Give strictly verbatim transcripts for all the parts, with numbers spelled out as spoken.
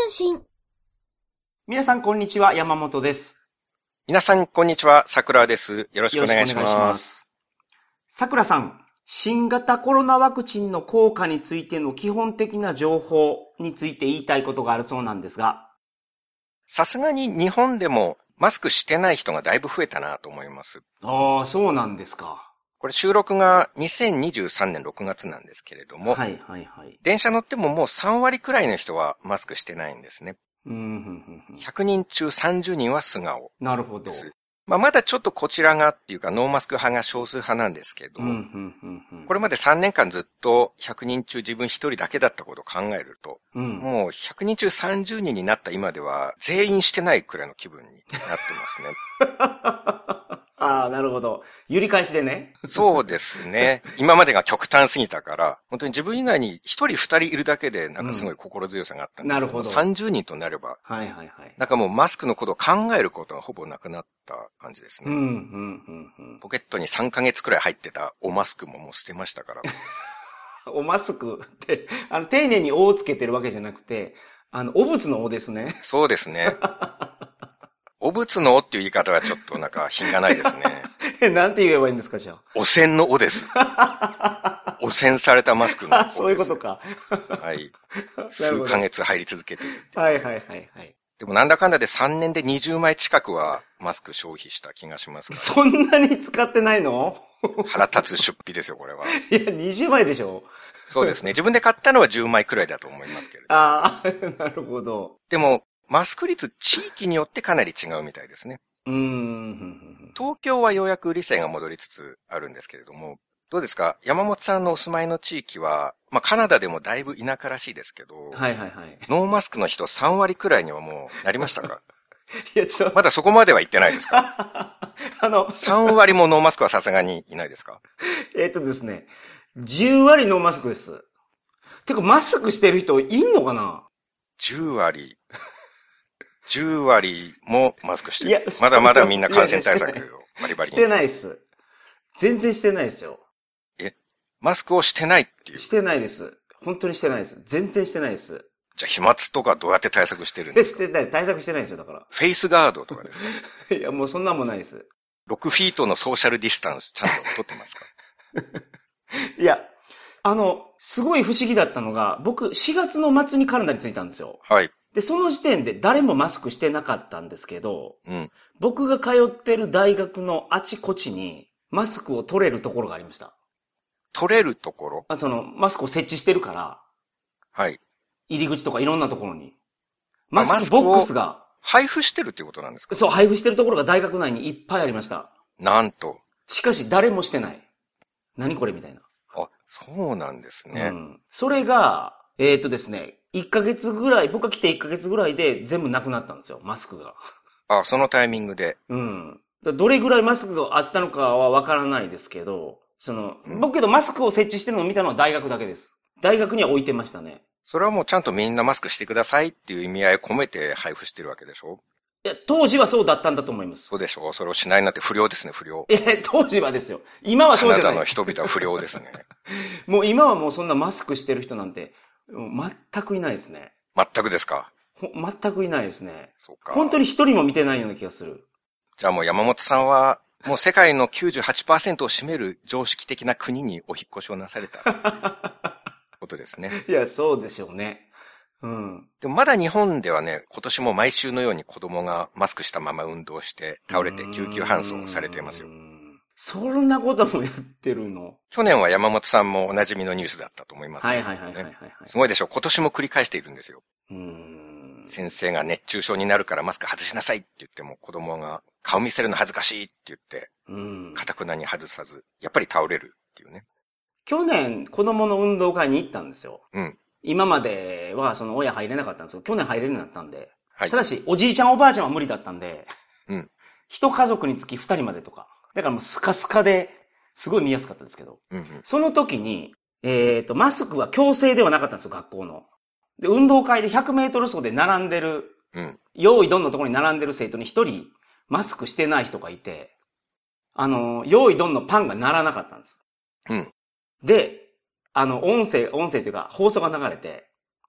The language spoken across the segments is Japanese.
通信。 皆さんこんにちは、山本です。 皆さんこんにちは、桜です。よろしくお願いします。 桜さん、新型コロナワクチンの効果についての基本的な情報について言いたいことがあるそうなんですが。 さすがに日本でもマスクしてない人がだいぶ増えたなと思います。 ああ、そうなんですか。 これ収録がにせんにじゅうさんねんろくがつなんですけれども、 はいはいはい。 電車乗ってももうさんわりくらいの人はマスクしてないんですね。 うんふんふんふんひゃくにん中さんじゅうにんは素顔です。 なるほど。 まあ、まだちょっとこちらがっていうかノーマスク派が少数派なんですけど、 うんふんふんふんこれまでさんねんかんずっとひゃくにん中自分ひとりだけだったことを考えると、うん、もうひゃくにん中さんじゅうにんになった今では全員してないくらいの気分になってますね。 ああ、なるほど。揺り返しでね。 そうですね。今までが極端すぎたから、本当に自分以外に一人二人いるだけでなんかすごい心強さがあったんですけど、うん、なるほど。さんじゅうにんとなれば、はいはいはい。なんかもうマスクのことを考えることがほぼなくなった感じですね。うんうんうんうん、ポケットにさんかげつくらい入ってたおマスクももう捨てましたから。 おマスクって、あの、丁寧におをつけてるわけじゃなくて、あの、お物のおですね。 そうですね。お物のおっていう言い方はちょっとなんか品がないですね。 なんて言えばいいんですか、じゃあ。 汚染のおです。汚染されたマスクのおです。 そういうことか。 はい。数ヶ月入り続けてる。 はいはいはいはい。 でもなんだかんだでさんねんでにじゅうまい近くはマスク消費した気がしますから。 そんなに使ってないの？ 腹立つ出費ですよ、これは。 いや、にじゅうまいでしょ？ そうですね。自分で買ったのはじゅうまいくらいだと思いますけれど。 ああ、なるほど。 でも、マスク率地域によってかなり違うみたいですね。 うーん。 東京はようやく理性が戻りつつあるんですけれども、どうですか？山本さんのお住まいの地域は、まあカナダでもだいぶ田舎らしいですけど、 はいはいはい。 ノーマスクの人さんわりくらいにはもうなりましたか？ いや、ちょまだそこまでは行ってないですか？あの、さんわりもノーマスクはさすがにいないですか？ えっとですね、じゅうわりノーマスクです。てか、マスクしてる人いんのかな？ じゅうわり。じゅうわりもマスクしてる。いや、まだまだみんな感染対策をバリバリに。 してないっす。全然してないですよ。 え、マスクをしてないっていう？ してないです。本当にしてないです。全然してないです。 じゃあ飛沫とかどうやって対策してるんですか？ してない。対策してないですよ、だから。 フェイスガードとかですか？ いや、もうそんなもんないです。 ろくフィートのソーシャルディスタンスちゃんと取ってますか？ いや、あの、すごい不思議だったのが、僕しがつの末にカナダに着いたんですよ。 はい。 で、その時点で誰もマスクしてなかったんですけど、 うん、 僕が通ってる大学のあちこちにマスクを取れるところがありました。 取れるところ？ あ、その、マスクを設置してるから、 はい。 入り口とかいろんなところに。マスクボックスが。 配布してるっていうことなんですか？ そう、配布してるところが大学内にいっぱいありました。 なんと。 しかし誰もしてない。何これみたいな。 あ、そうなんですね。 うん。それが、えっとですね、いっかげつぐらい、僕が来ていっかげつぐらいで全部なくなったんですよ、マスクが。 あ、そのタイミングで。 うん。どれぐらいマスクがあったのかはわからないですけど、その、うん、僕けどマスクを設置してるのを見たのは大学だけです。大学には置いてましたね。 それはもうちゃんとみんなマスクしてくださいっていう意味合いを込めて配布してるわけでしょ？ いや、当時はそうだったんだと思います。 そうでしょう。それをしないなんて不良ですね、不良。 いや、当時はですよ。今はそうじゃない。 カナダの人々は不良ですね。 もう今はもうそんなマスクしてる人なんて、全くいないですね。 全くですか？ 全くいないですね。 そうか。 本当に一人も見てないような気がする。 じゃあもう山本さんは、もう世界の きゅうじゅうはちパーセント を占める常識的な国にお引っ越しをなされたことですね。 いや、そうでしょうね。うん。 でもまだ日本ではね、今年も毎週のように子供がマスクしたまま運動して倒れて救急搬送されていますよ。 そんなこともやってるの？ 去年は山本さんもおなじみのニュースだったと思いますけど、ね。 はいはいはいはいはい、はい。 すごいでしょ。今年も繰り返しているんですよ。 うーん。 先生が熱中症になるからマスク外しなさいって言っても子供が顔見せるの恥ずかしいって言って、かたくなに外さず、やっぱり倒れるっていうね。 去年子供の運動会に行ったんですよ。 うん。 今まではその親入れなかったんですけど、去年入れるようになったんで。 はい。 ただし、おじいちゃんおばあちゃんは無理だったんで。 うん。 一家族につき二人までとか。だからもうスカスカで、すごい見やすかったですけど。 うんうん、 その時に、えっと、マスクは強制ではなかったんですよ、学校の。で、運動会でひゃくメートル走で並んでる、うん、用意どんのところに並んでる生徒に一人、マスクしてない人がいて、あの、用意どんのパンが鳴らなかったんです。 うん。 で、あの、音声、音声というか放送が流れて、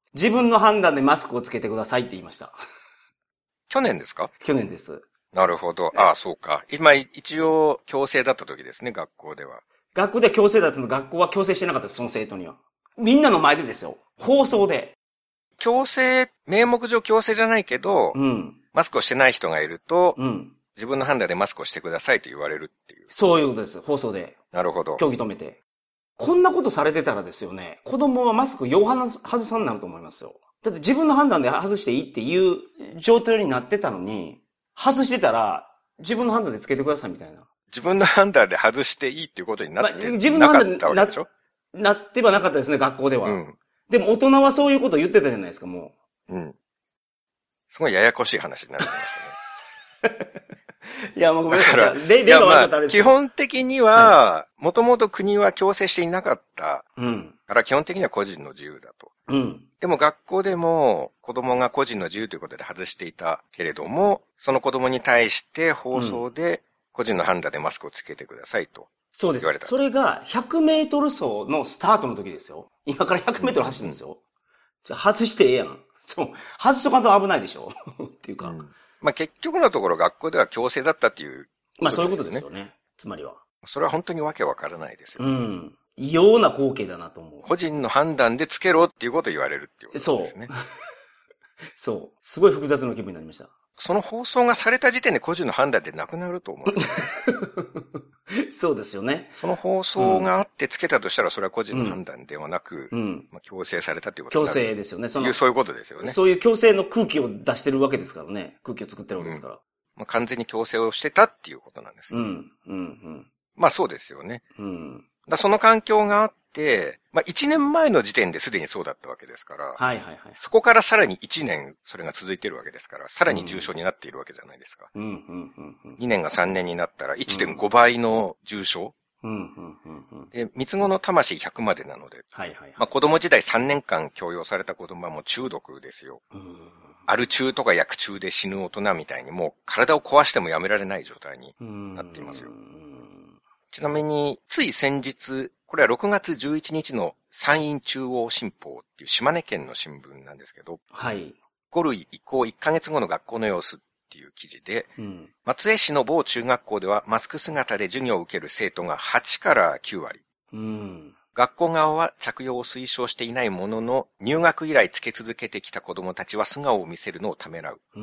自分の判断でマスクをつけてくださいって言いました。 去年ですか？ 去年です。 なるほど。ああ、そうか。今、一応、強制だった時ですね、学校では。 学校では強制だったの、学校は強制してなかったです、その生徒には。みんなの前でですよ。放送で。 強制、名目上強制じゃないけど、うん、マスクをしてない人がいると、うん、自分の判断でマスクをしてくださいと言われるっていう。 そういうことです、放送で。 なるほど。 競技止めて。こんなことされてたらですよね、子供はマスクよう外さんになると思いますよ。だって自分の判断で外していいっていう状態になってたのに、外してたら自分の判断でつけてくださいみたいな。 自分の判断で外していいっていうことになってなかったわけでしょ、まあ、自分の判断でな, なってはなかったですね、学校では。うん、でも大人はそういうことを言ってたじゃないですか、もう。うん。すごいややこしい話になってましたね。 いや、もうごめんなさい。 だから、いや、まあ、基本的には、もともと国は強制していなかった。うん。から基本的には個人の自由だと。うん。でも学校でも子供が個人の自由ということで外していたけれども、その子供に対して放送で個人の判断でマスクをつけてくださいと。 そうです。それがひゃくメートル走のスタートの時ですよ。今からひゃくメートル走るんですよ。うんうん、じゃあ外してええやん。そう。外しとかんと危ないでしょっていうか。うん、 まあ結局のところ学校では強制だったっていう、ね。 まあそういうことですよね。つまりは。 それは本当にわけわからないですよ。うん。 異様な光景だなと思う。 個人の判断でつけろっていうことを言われるっていうことですね。 そう。そう。すごい複雑な気分になりました。 その放送がされた時点で個人の判断でなくなると思うんですよね。そうですよね。 その放送があってつけたとしたらそれは個人の判断ではなく、うん、まあ、強制されたということになる。 強制ですよね。 そのそういうことですよね。 そういう強制の空気を出してるわけですからね。空気を作ってるわけですから。うん、 まあ、完全に強制をしてたっていうことなんです。うん。うん。うん。まあそうですよね。うん。だその環境があって、まあ一年前の時点ですでにそうだったわけですから、はいはいはい。そこからさらに一年それが続いてるわけですから、さらに重症になっているわけじゃないですか。うんうんうんうん、にねんがさんねんになったら いってんご 倍の重症。うんうんうんうん、で、三つ子の魂ひゃくまでなので、はいはいはい、まあ子供時代さんねんかん強要された子供はもう中毒ですよ。うん、アル中とか薬中で死ぬ大人みたいにもう体を壊してもやめられない状態になっていますよ。ちなみに、つい先日、これはろくがつじゅういちにちの山陰中央新報っていう島根県の新聞なんですけど、はい。ご類移行いっかげつごの学校の様子っていう記事で、うん、松江市の某中学校ではマスク姿で授業を受ける生徒がはちからきゅうわり。うん、学校側は着用を推奨していないものの、入学以来つけ続けてきた子供たちは素顔を見せるのをためらう。うん、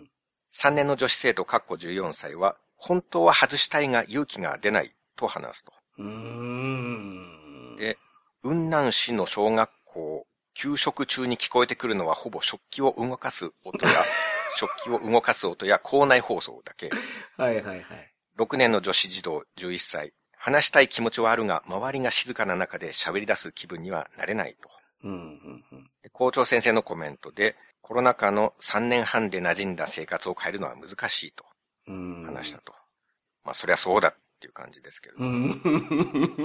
さんねんの女子生徒かっこじゅうよんさいは、本当は外したいが勇気が出ないと話すと。うーんで、雲南市の小学校、給食中に聞こえてくるのはほぼ食器を動かす音や、食器を動かす音や校内放送だけ。はいはいはい。ろくねんの女子児童じゅういっさい、話したい気持ちはあるが、周りが静かな中で喋り出す気分にはなれないと。うんうんうん、校長先生のコメントで、コロナ禍のさんねんはんで馴染んだ生活を変えるのは難しいと話したと。まあそりゃそうだっていう感じですけど。うん、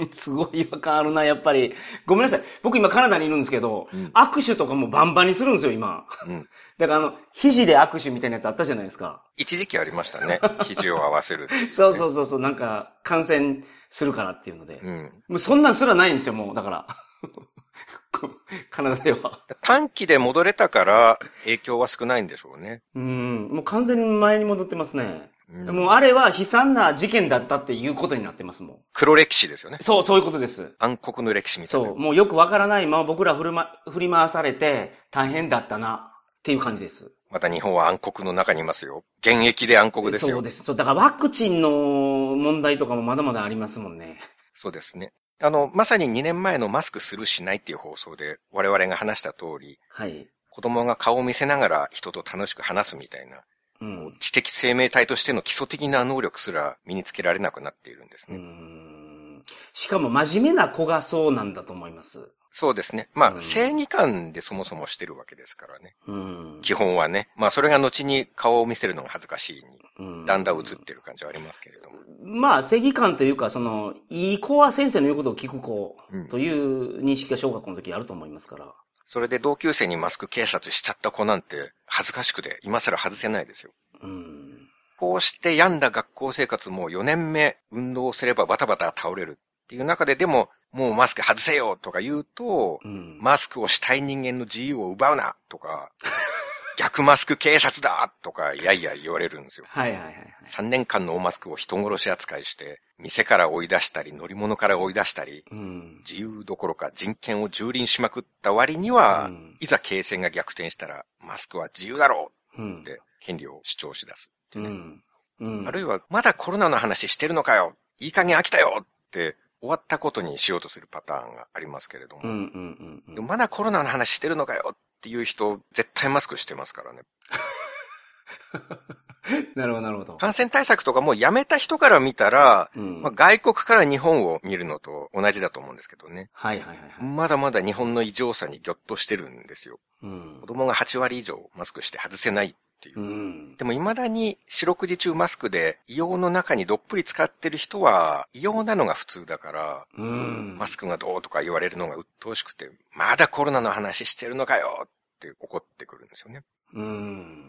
すごい違和感あるな、やっぱり。ごめんなさい。僕今カナダにいるんですけど、うん、握手とかもバンバンにするんですよ、今。うん、だからあの、肘で握手みたいなやつあったじゃないですか。 一時期ありましたね。肘を合わせる、ね。 そうそうそうそう、なんか感染するからっていうので。うん、もうそんなんすらないんですよ、もう。だから。カナダでは。 短期で戻れたから影響は少ないんでしょうね。 うん。もう完全に前に戻ってますね。うん、もうあれは悲惨な事件だったっていうことになってますもん。 黒歴史ですよね。 そう、そういうことです。 暗黒の歴史みたいな。 そう、もうよくわからないまま僕ら振る、ま、振り回されて大変だったなっていう感じです。 また日本は暗黒の中にいますよ。現役で暗黒ですよ。 そうです。そう、だからワクチンの問題とかもまだまだありますもんね。 そうですね。あの、まさににねんまえのマスクするしないっていう放送で我々が話した通り、はい。子供が顔を見せながら人と楽しく話すみたいな、うん、知的生命体としての基礎的な能力すら身につけられなくなっているんですね。うーん、しかも真面目な子がそうなんだと思います。 そうですね。まあ、うん、正義感でそもそもしてるわけですからね。うん、基本はね。まあ、それが後に顔を見せるのが恥ずかしいに、だんだん映ってる感じはありますけれども。 まあ、正義感というか、その、いい子は先生の言うことを聞く子という認識が小学校の時あると思いますから。 それで同級生にマスク警察しちゃった子なんて恥ずかしくて今更外せないですよ。うん、こうして病んだ学校生活もよねんめ運動すればバタバタ倒れるっていう中ででももうマスク外せよとか言うと、うん、マスクをしたい人間の自由を奪うなとか、逆マスク警察だとか、やいや言われるんですよ。 はいはいはい、はい。 さんねんかんのマスクを人殺し扱いして、店から追い出したり、乗り物から追い出したり、うん、自由どころか人権を蹂躙しまくった割には、うん、いざ経戦が逆転したら、マスクは自由だろうって、権利を主張し出すってね、うんうん。あるいは、まだコロナの話してるのかよ、いい加減飽きたよって終わったことにしようとするパターンがありますけれども、うんうんうんうん、でもまだコロナの話してるのかよっていう人、絶対マスクしてますからね。 なるほど、なるほど。 感染対策とかもうやめた人から見たら、うん、まあ、外国から日本を見るのと同じだと思うんですけどね。 はいはいはい、はい。 まだまだ日本の異常さにギョッとしてるんですよ。うん、子供がはちわり以上マスクして外せないっていう。うん、でも未だに四六時中マスクで異様の中にどっぷり使ってる人は異様なのが普通だから、うん、マスクがどうとか言われるのが鬱陶しくて、まだコロナの話してるのかよって怒ってくるんですよね。うん、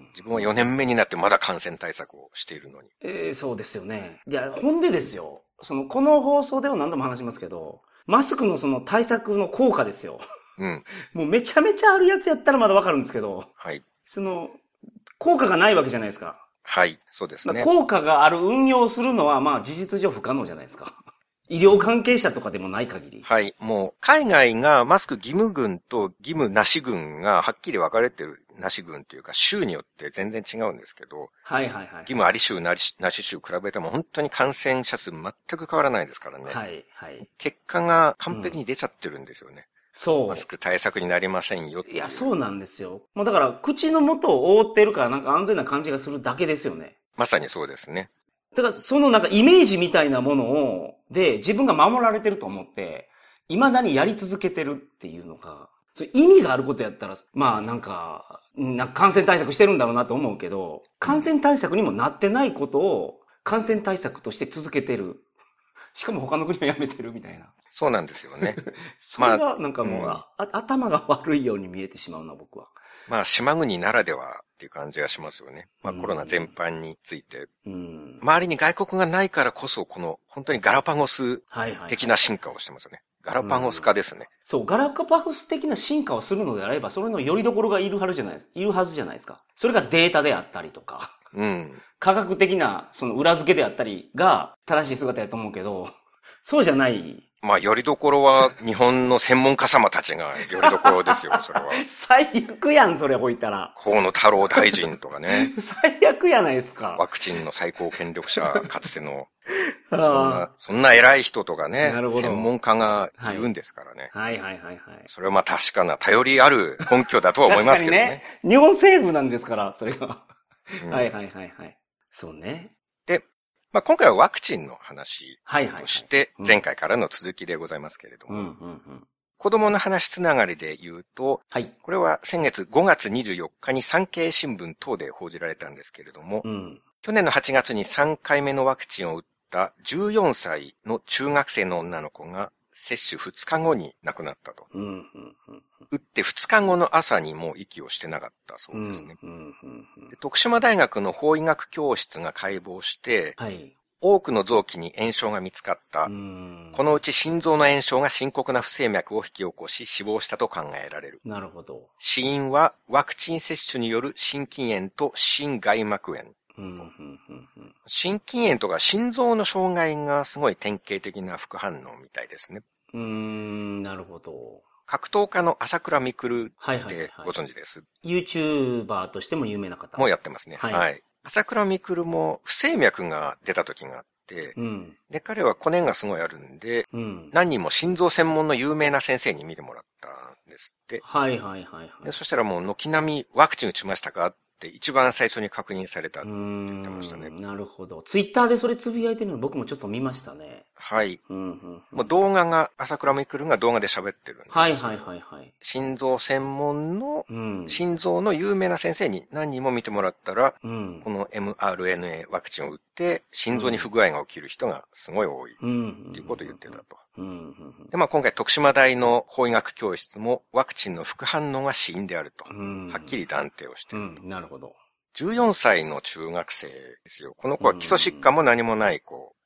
自分はよねんめになってまだ感染対策をしているのに。 えー、そうですよね。いや、ほんでですよ。その、この放送でも何度も話しますけど、マスクのその対策の効果ですよ。うん。もうめちゃめちゃあるやつやったらまだわかるんですけど。はい。その、効果がないわけじゃないですか。 はい、そうですね。 効果がある運用をするのは、まあ事実上不可能じゃないですか。医療関係者とかでもない限り。 はい。もう、海外がマスク義務軍と義務なし軍がはっきり分かれてるなし軍というか、州によって全然違うんですけど。はいはいはい。義務あり州なし、なし州比べても本当に感染者数全く変わらないですからね。はいはい。結果が完璧に出ちゃってるんですよね。うん、そう。マスク対策になりませんよっていう。 いや、そうなんですよ。もうだから、口の元を覆ってるからなんか安全な感じがするだけですよね。 まさにそうですね。 だからそのなんかイメージみたいなものを、で、自分が守られてると思って、未だにやり続けてるっていうのが、それ意味があることやったら、まあなんか、なんか感染対策してるんだろうなと思うけど、感染対策にもなってないことを感染対策として続けてる。しかも他の国はやめてるみたいな。 そうなんですよね。 それがなんかもう、まあうん、頭が悪いように見えてしまうな、僕は。 まあ、島国ならではっていう感じがしますよね。まあ、コロナ全般について。うん、周りに外国がないからこそ、この、本当にガラパゴス的な進化をしてますよね。はいはいはい、ガラパゴス化ですね、うん。 そう、ガラパゴス的な進化をするのであれば、それの拠り所がいるはずじゃないです。いるはずじゃないですか。それがデータであったりとか。うん。科学的な、その裏付けであったりが正しい姿やと思うけど、そうじゃない。 まあ、よりどころは、日本の専門家様たちがよりどころですよ、それは。 最悪やん、それほいたら。 河野太郎大臣とかね。 最悪やないですか。 ワクチンの最高権力者、かつての。そんな、そんな偉い人とかね、専門家が言うんですからね。 はい、はい、はいはいはい。 それはまあ確かな、頼りある根拠だとは思いますけどね。ね。 日本政府なんですから、それが。うん、はいはいはいはい。そうね。 で、まあ、今回はワクチンの話として、前回からの続きでございますけれども、子供の話つながりで言うと、はい、これは先月ごがつにじゅうよっかに産経新聞等で報じられたんですけれども、うん、去年のはちがつにさんかいめのワクチンを打ったじゅうよんさいの中学生の女の子が接種ふつかごに亡くなったと。うんうんうん、打ってふつかごの朝にもう息をしてなかったそうですね。うんうんうんうん、で徳島大学の法医学教室が解剖して、はい、多くの臓器に炎症が見つかった。このうち心臓の炎症が深刻な不整脈を引き起こし死亡したと考えられる。 なるほど。 死因はワクチン接種による心筋炎と心外膜炎。うんうんうんうん、心筋炎とか心臓の障害がすごい典型的な副反応みたいですね。 うーん、なるほど。 格闘家の朝倉未来ってご存知です、 はいはいはい、YouTuber としても有名な方。 もうやってますね。はい。はい、朝倉未来も不整脈が出た時があって、うん、で、彼は骨がすごいあるんで、うん、何人も心臓専門の有名な先生に見てもらったんですって。 はいはいはい、はい。 で、そしたらもう軒並みワクチン打ちましたかって一番最初に確認されたって言ってましたね。 なるほど。ツイッターでそれつぶやいてるの僕もちょっと見ましたね。 はい。うんうんうん、もう動画が、朝倉未来が動画で喋ってるんですよ。 はいはいはいはい。 心臓専門の、うん、心臓の有名な先生に何人も見てもらったら、うん、この エムアールエヌエー ワクチンを打って、心臓に不具合が起きる人がすごい多い。っていうことを言ってたと。で、まあ今回徳島大の法医学教室もワクチンの副反応が死因であると。はっきり断定をしていると、 うん。なるほど。 じゅうよんさいの中学生ですよ。この子は基礎疾患も何もない子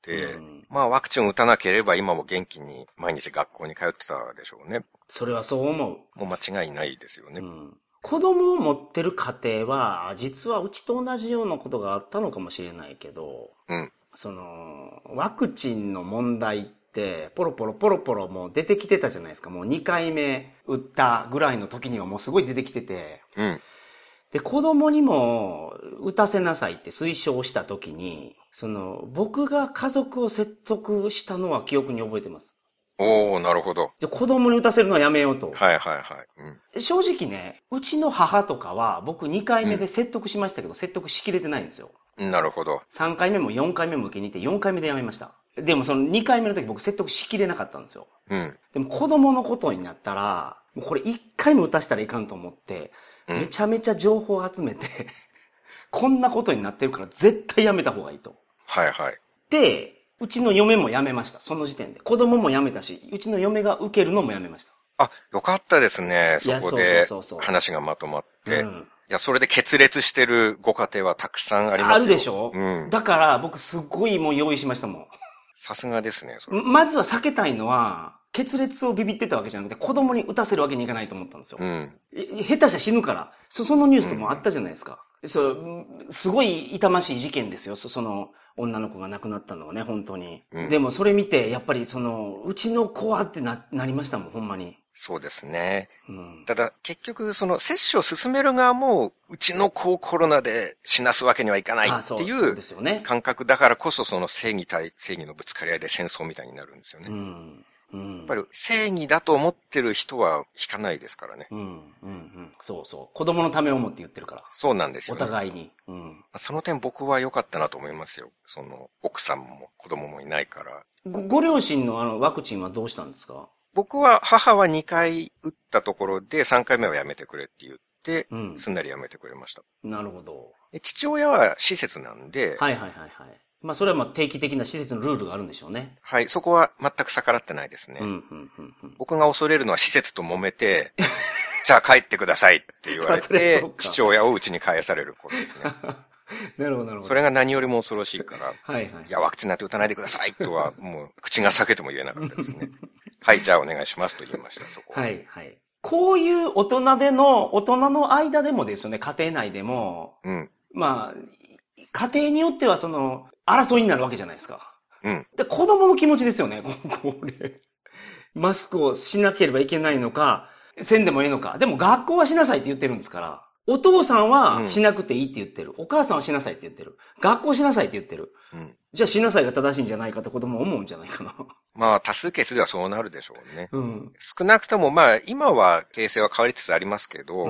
で、うん、まあワクチンを打たなければ今も元気に毎日学校に通ってたでしょうね。 それはそう思う。 もう間違いないですよね。 うん、子供を持ってる家庭は、実はうちと同じようなことがあったのかもしれないけど、 うん、 その、ワクチンの問題って、ポロポロポロポロもう出てきてたじゃないですか。もうにかいめ打ったぐらいの時にはもうすごい出てきてて、 うん、 で、子供にも打たせなさいって推奨した時に、その、僕が家族を説得したのは記憶に覚えてます。 おー、なるほど。 じゃ子供に打たせるのはやめようと。 はいはいはい。 うん、正直ね、うちの母とかは僕にかいめで説得しましたけど、うん、説得しきれてないんですよ。 なるほど。 さんかいめもよんかいめも受けに行ってよんかいめでやめました。でもそのにかいめの時僕説得しきれなかったんですよ。 うん。 でも子供のことになったら、もうこれいっかいも打たせたらいかんと思って、めちゃめちゃ情報を集めて、うん、こんなことになってるから絶対やめた方がいいと。 はいはい。 で、うちの嫁も辞めました。その時点で。子供も辞めたし、うちの嫁が受けるのも辞めました。 あ、よかったですね。そこで話がまとまって。うん、いや、それで決裂してるご家庭はたくさんありますよ。 あるでしょ、 うん、 だから僕すっごいもう用意しましたもん。 さすがですね。それまずは避けたいのは、決裂をビビってたわけじゃなくて、子供に打たせるわけにいかないと思ったんですよ。 うん、 下手したら死ぬから。そ、そのニュースともあったじゃないですか。うん、そう、すごい痛ましい事件ですよ。そ、その、女の子が亡くなったのはね、本当に。うん、でもそれ見て、やっぱりその、うちの子はってな、なりましたもん、ほんまに。 そうですね。うん、ただ、結局、その、接種を進める側も、うちの子をコロナで死なすわけにはいかないっていう感覚だからこそ、その正義対正義のぶつかり合いで戦争みたいになるんですよね。うんうん、やっぱり正義だと思ってる人は引かないですからね。 うん、うん、うん。そうそう。子供のためを思って言ってるから。 そうなんですよね。 お互いに。うん。 その点僕は良かったなと思いますよ。その、奥さんも子供もいないから。 ご、ご両親のあの、ワクチンはどうしたんですか？ 僕は母はにかい打ったところでさんかいめはやめてくれって言って、うん、すんなりやめてくれました。 なるほど。 父親は施設なんで。 はいはいはいはい。まあそれはまあ定期的な施設のルールがあるんでしょうね。 はい、そこは全く逆らってないですね。うんうんうんうん、僕が恐れるのは施設と揉めて、じゃあ帰ってくださいって言われて、父親を家に帰されることですね。 なるほどなるほど。 それが何よりも恐ろしいから、 はいはい。 いや、ワクチンなんて打たないでくださいとは、もう口が裂けても言えなかったですね。はい、じゃあお願いしますと言いました、そこは。 はいはい。こういう大人での、大人の間でもですよね、家庭内でも、うん、まあ、家庭によってはその、争いになるわけじゃないですか。うん。で、子供の気持ちですよね、これ。マスクをしなければいけないのか、せんでもいいのか。でも学校はしなさいって言ってるんですから。お父さんはしなくていいって言ってる。うん、お母さんはしなさいって言ってる。学校しなさいって言ってる。うん、じゃあしなさいが正しいんじゃないかって子供は思うんじゃないかな。 まあ多数決ではそうなるでしょうね。うん、少なくともまあ今は形勢は変わりつつありますけど、うん、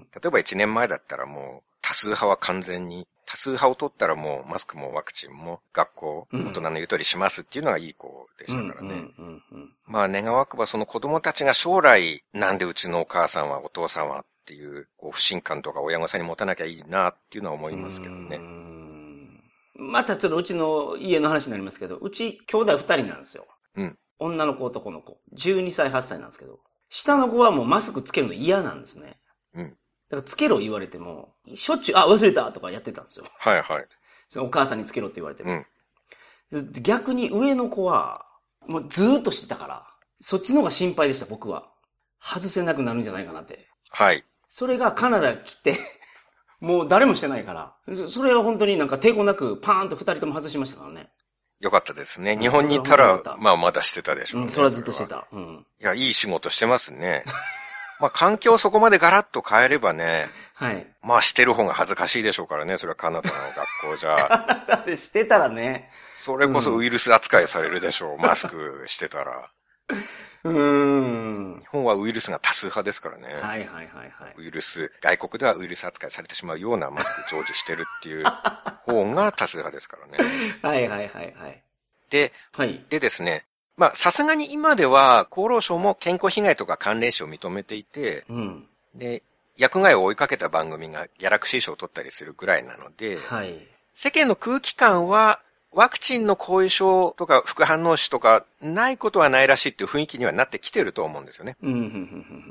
例えばいちねんまえだったらもう多数派は完全に、多数派を取ったらもうマスクもワクチンも学校、大人の言う通りしますっていうのがいい子でしたからね。まあ願わくばその子供たちが将来なんでうちのお母さんはお父さんはっていうこう不信感とか親御さんに持たなきゃいいなっていうのは思いますけどね。 うんまたちょっとうちの家の話になりますけど、うち兄弟二人なんですよ。うん。女の子男の子。じゅうにさいはっさいなんですけど、下の子はもうマスクつけるの嫌なんですね。うん。だからつけろ言われても、しょっちゅう、あ、忘れたとかやってたんですよ。 はいはい。 そのお母さんにつけろって言われても。うん。逆に上の子は、もうずーっとしてたから、そっちの方が心配でした、僕は。外せなくなるんじゃないかなって。 はい。 それがカナダ来て、もう誰もしてないから、それは本当になんか抵抗なくパーンと二人とも外しましたからね。 よかったですね。日本にいたら、まあまだしてたでしょうね。 うん、それはずっとしてた。うん。 いや、いい仕事してますね。まあ環境をそこまでガラッと変えればね。はい。まあしてる方が恥ずかしいでしょうからね。それはカナダの学校じゃ。 カナダでしてたらね。 それこそウイルス扱いされるでしょう。うん、マスクしてたら。 うーん。 日本はウイルスが多数派ですからね。 はいはいはいはい。 ウイルス、外国ではウイルス扱いされてしまうようなマスク常時してるっていう方が多数派ですからね。 はいはいはいはい。 で、はい、でですね、まあさすがに今では厚労省も健康被害とか関連死を認めていて、うん、で、薬害を追いかけた番組がギャラクシー賞を取ったりするぐらいなので、はい、世間の空気感はワクチンの後遺症とか副反応死とかないことはないらしいっていう雰囲気にはなってきてると思うんですよね。うん、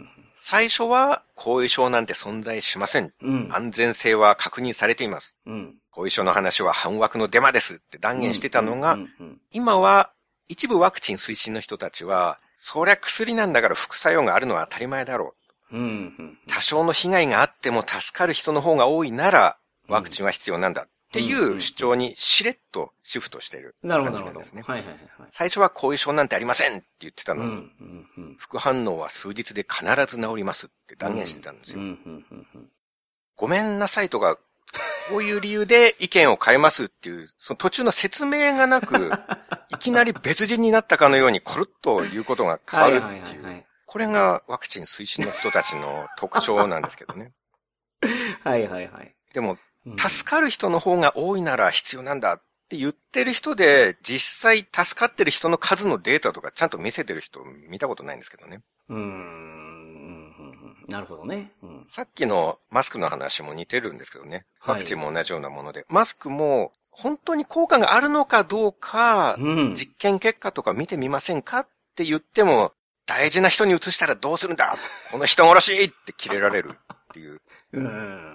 最初は後遺症なんて存在しません、うん。安全性は確認されています。うん、後遺症の話は半枠のデマですって断言してたのが、 今は一部ワクチン推進の人たちは、そりゃ薬なんだから副作用があるのは当たり前だろう。うんうん、多少の被害があっても助かる人の方が多いなら、ワクチンは必要なんだっていう主張にしれっとシフトしている感じなんですね。はいはいはい。最初は後遺症なんてありませんって言ってたのに、うんうんうん、副反応は数日で必ず治りますって断言してたんですよ。うんうんうんうん、ごめんなさいとか、こういう理由で意見を変えますっていう、その途中の説明がなく、いきなり別人になったかのようにコロッと言うことが変わるっていう。これがワクチン推進の人たちの特徴なんですけどね。 はいはいはい。 でも、助かる人の方が多いなら必要なんだって言ってる人で、実際助かってる人の数のデータとかちゃんと見せてる人見たことないんですけどね。うーん、なるほどね、うん。 さっきのマスクの話も似てるんですけどね。ワクチンも同じようなもので。はい、マスクも本当に効果があるのかどうか、うん、実験結果とか見てみませんかって言っても、大事な人に移したらどうするんだこの人殺しってキレられるっていう。うん、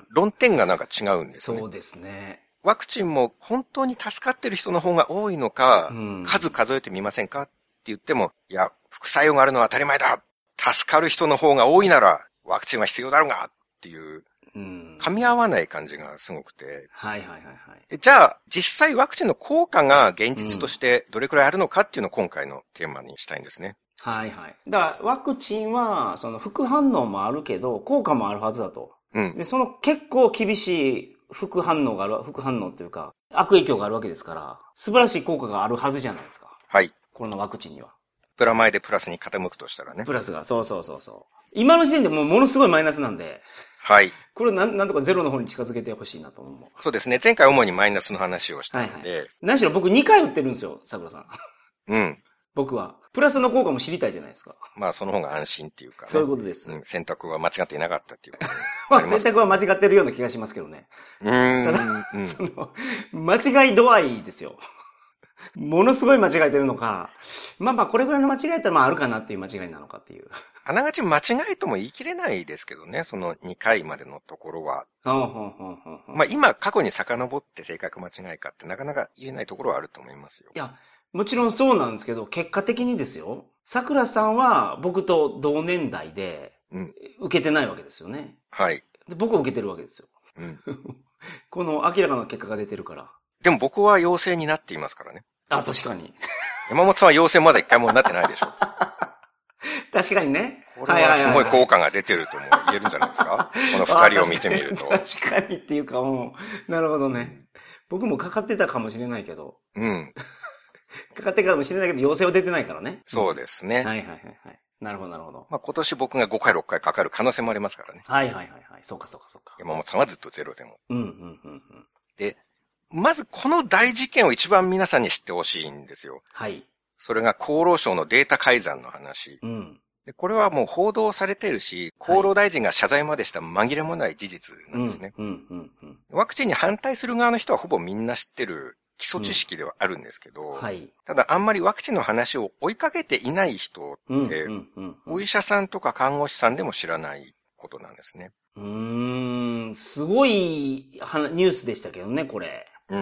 論点がなんか違うんですね。 そうですね。 ワクチンも本当に助かってる人の方が多いのか、うん、数数えてみませんかって言っても、いや、副作用があるのは当たり前だ。助かる人の方が多いなら、ワクチンは必要だろうがっていう、うん、噛み合わない感じがすごくて。 はいはいはいはい。 じゃあ、実際ワクチンの効果が現実としてどれくらいあるのかっていうのを今回のテーマにしたいんですね。 はいはい。だからワクチンは、その副反応もあるけど、効果もあるはずだと。うん。で、その結構厳しい副反応がある、副反応っていうか、悪影響があるわけですから、素晴らしい効果があるはずじゃないですか。 はい。 このワクチンには。 プラマイでプラスに傾くとしたらね。 プラスが、そうそうそうそう。今の時点でもうものすごいマイナスなんで。はい。これをなん、なんとかゼロの方に近づけてほしいなと思う。 そうですね。前回主にマイナスの話をしたんで。はいはい、 何しろ僕にかい打ってるんですよ、桜さん。うん。僕は。プラスの効果も知りたいじゃないですか。 まあ、その方が安心っていうか、ね。 そういうことです。 うん、選択は間違っていなかったっていうまあ、選択は間違ってるような気がしますけどね。うーん。ただ、うん、その、間違い度合いですよ。ものすごい間違えてるのか、まあまあこれぐらいの間違えたらまああるかなっていう間違いなのかっていう。 あながち間違いとも言い切れないですけどね、そのにかいまでのところは。まあ今過去に遡って正確間違いかってなかなか言えないところはあると思いますよ。 いや、もちろんそうなんですけど、結果的にですよ。桜さんは僕と同年代で、受けてないわけですよね。うん、はい。で僕は受けてるわけですよ。うん。この明らかな結果が出てるから。 でも僕は陽性になっていますからね。 あ、確かに。 山本さんは陽性まだ一回もなってないでしょ。 確かにね。 これはすごい効果が出てるとも言えるんじゃないですか。この二人を見てみると。 確かにっていうかもう、なるほどね。うん、僕もかかってたかもしれないけど。うん。かかってたかもしれないけど、陽性は出てないからね。 そうですね。 うん、はいはいはいはい。なるほどなるほど。 まあ今年僕がごかいろっかいかかる可能性もありますからね。 はいはいはいはい。そうかそうかそうか。 山本さんはずっとゼロでも。うんうんうんうん。で、まずこの大事件を一番皆さんに知ってほしいんですよ。はい。それが厚労省のデータ改ざんの話。うん。でこれはもう報道されているし、厚労大臣が謝罪までした紛れもない事実なんですね。うんうんうんうん、ワクチンに反対する側の人はほぼみんな知ってる基礎知識ではあるんですけど、うんはい、ただあんまりワクチンの話を追いかけていない人って、お医者さんとか看護師さんでも知らないことなんですね。 うーん、すごいニュースでしたけどね、これ。うん。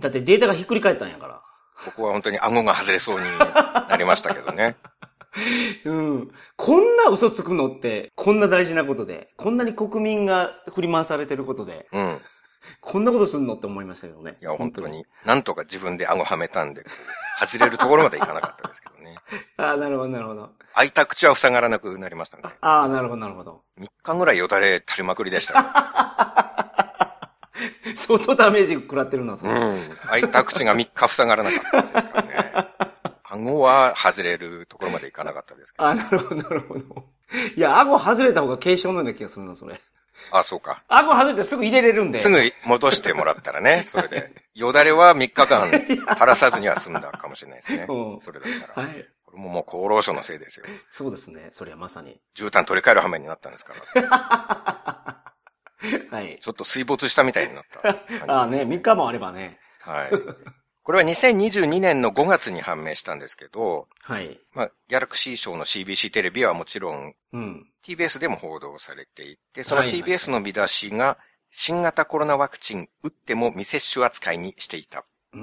だってデータがひっくり返ったんやから。 僕は本当に顎が外れそうになりましたけどね。 うん。こんな嘘つくのって、こんな大事なことで、こんなに国民が振り回されてることで、うん。こんなことすんのって思いましたけどね。 いや、本当に。なんとか自分で顎はめたんで、こう、外れるところまでいかなかったですけどね。 ああ、なるほど、なるほど。 開いた口は塞がらなくなりましたね。 ああ、なるほど、なるほど。 みっかぐらいよだれ垂れまくりでしたね。 相当ダメージ食らってるな、それ。 うん。開いた口がみっか塞がらなかったですからね。顎は外れるところまでいかなかったですけど。 あ、なるほど、なるほど。いや、顎外れた方が軽症のような気がするな、それ。 あ、そうか。 顎外れてすぐ入れれるんで。 すぐ戻してもらったらね、それで。よだれはみっかかん垂らさずには済んだかもしれないですね。うん、それだったら。はい。これももう厚労省のせいですよ。 そうですね。それはまさに。 絨毯取り替える羽目になったんですから。はい。ちょっと水没したみたいになった感じです、ね。 ああね、みっかもあればね。 はい。これはにせんにじゅうにねんのごがつに判明したんですけど、はい。まあ、ギャラクシー賞の シービーシー テレビはもちろん、うん。ティービーエス でも報道されていて、その ティービーエス の見出しが、新型コロナワクチン打っても未接種扱いにしていた。うん。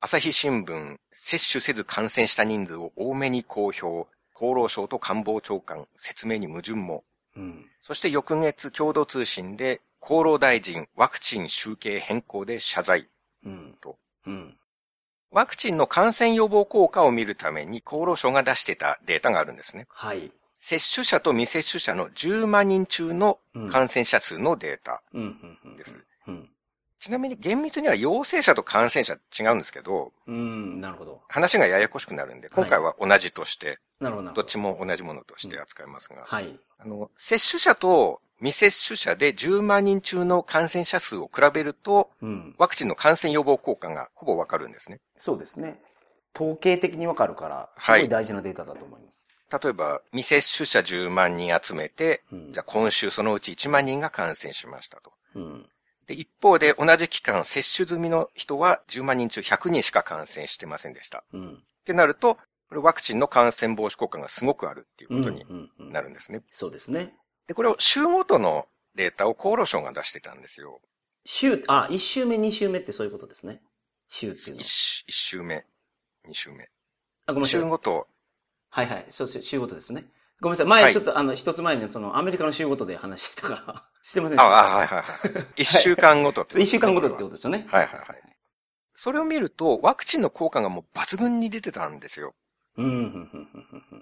朝日新聞、接種せず感染した人数を多めに公表。厚労省と官房長官、説明に矛盾も。うん、そして翌月、共同通信で、厚労大臣、ワクチン集計変更で謝罪。うん、と、うん。ワクチンの感染予防効果を見るために厚労省が出してたデータがあるんですね。はい。接種者と未接種者のじゅうまんにん中の感染者数のデータです。ちなみに厳密には陽性者と感染者違うんですけど、うん、なるほど。話がややこしくなるんで、今回は同じとして、なるほど。どっちも同じものとして扱いますが、うん、はい。あの、接種者と未接種者でじゅうまんにん中の感染者数を比べると、うん、ワクチンの感染予防効果がほぼわかるんですね。 そうですね。統計的にわかるから、すごい大事なデータだと思います。 はい、例えば、未接種者じゅうまんにん集めて、うん、じゃあ今週そのうちいちまんにんが感染しましたと。うん、で一方で同じ期間接種済みの人はじゅうまんにん中ひゃくにんしか感染してませんでした。うん、ってなると、これワクチンの感染防止効果がすごくあるっていうことになるんですね。うんうんうん、 そうですね。 で、これを週ごとのデータを厚労省が出してたんですよ。 週、あ、いち週目、に週目ってそういうことですね。週っていうのは。 一週目、に週目。 あ、ごめんなさい。 週ごと。 はいはい。そうです。週ごとですね。ごめんなさい。前ちょっと、はい、あの、一つ前にそのアメリカの週ごとで話してたから、してませんでした。 ああ、はいはいはい。一週間ごとってことですね。一週間ごとってことですよね。 はいはいはい。それを見ると、ワクチンの効果がもう抜群に出てたんですよ。 うん、うん、うん。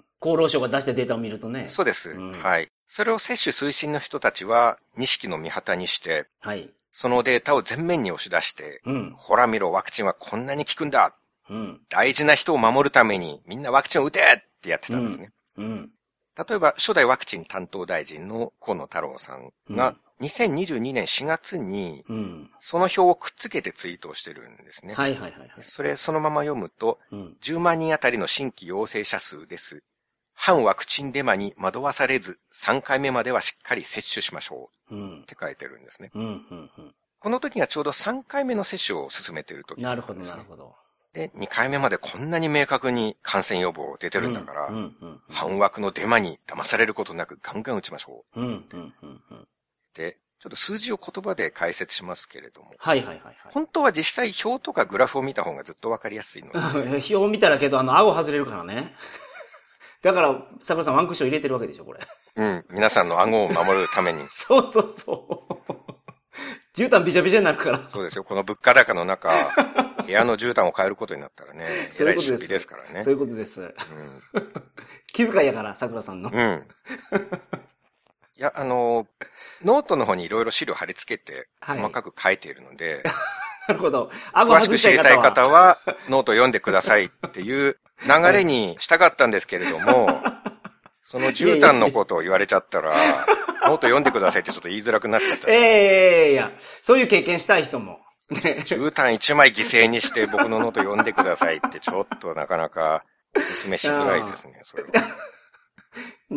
厚労省が出したデータを見るとね。 そうです。うん、はい。それを接種推進の人たちは、錦の御旗にして、はい。そのデータを前面に押し出して、うん。ほら見ろ、ワクチンはこんなに効くんだ。うん。大事な人を守るために、みんなワクチンを打てってやってたんですね。うん。うん、例えば、初代ワクチン担当大臣の河野太郎さんが、にせんにじゅうにねんしがつに、その表をくっつけてツイートをしてるんですね。はいはいはい、はい。それ、そのまま読むと、うん、じゅうまんにんあたりの新規陽性者数です。反ワクチンデマに惑わされず、さんかいめまではしっかり接種しましょう。うん、って書いてるんですね。うんうんうん、この時がちょうどさんかいめの接種を進めている時なんですね。なるほど、なるほど。で、にかいめまでこんなに明確に感染予防出てるんだから、うんうんうんうん、反ワクのデマに騙されることなくガンガン打ちましょう。うんうんうんうん、で、ちょっと数字を言葉で解説しますけれども。はいはいはい、はい。本当は実際表とかグラフを見た方がずっとわかりやすいので。 表を見たらけど、あの、顎外れるからね。だから、桜さんワンクッション入れてるわけでしょ、これ。 うん。皆さんの顎を守るために。 そうそうそう。絨毯ビチャビチャになるから。 そうですよ。この物価高の中、部屋の絨毯を変えることになったらね、えらい出費ですからね。 そういうことです。うん、気遣いやから、桜さんの。うん。 いや、あの、ノートの方にいろいろ資料貼り付けて、細かく書いているので、はい、 なるほど。 詳しく知りたい方は、ノート読んでくださいっていう流れにしたかったんですけれども、その絨毯のことを言われちゃったら、ノート読んでくださいってちょっと言いづらくなっちゃったじゃないですか。 ええいや、そういう経験したい人も。 絨毯一枚犠牲にして僕のノート読んでくださいってちょっとなかなかお勧めしづらいですね、それは。 うん。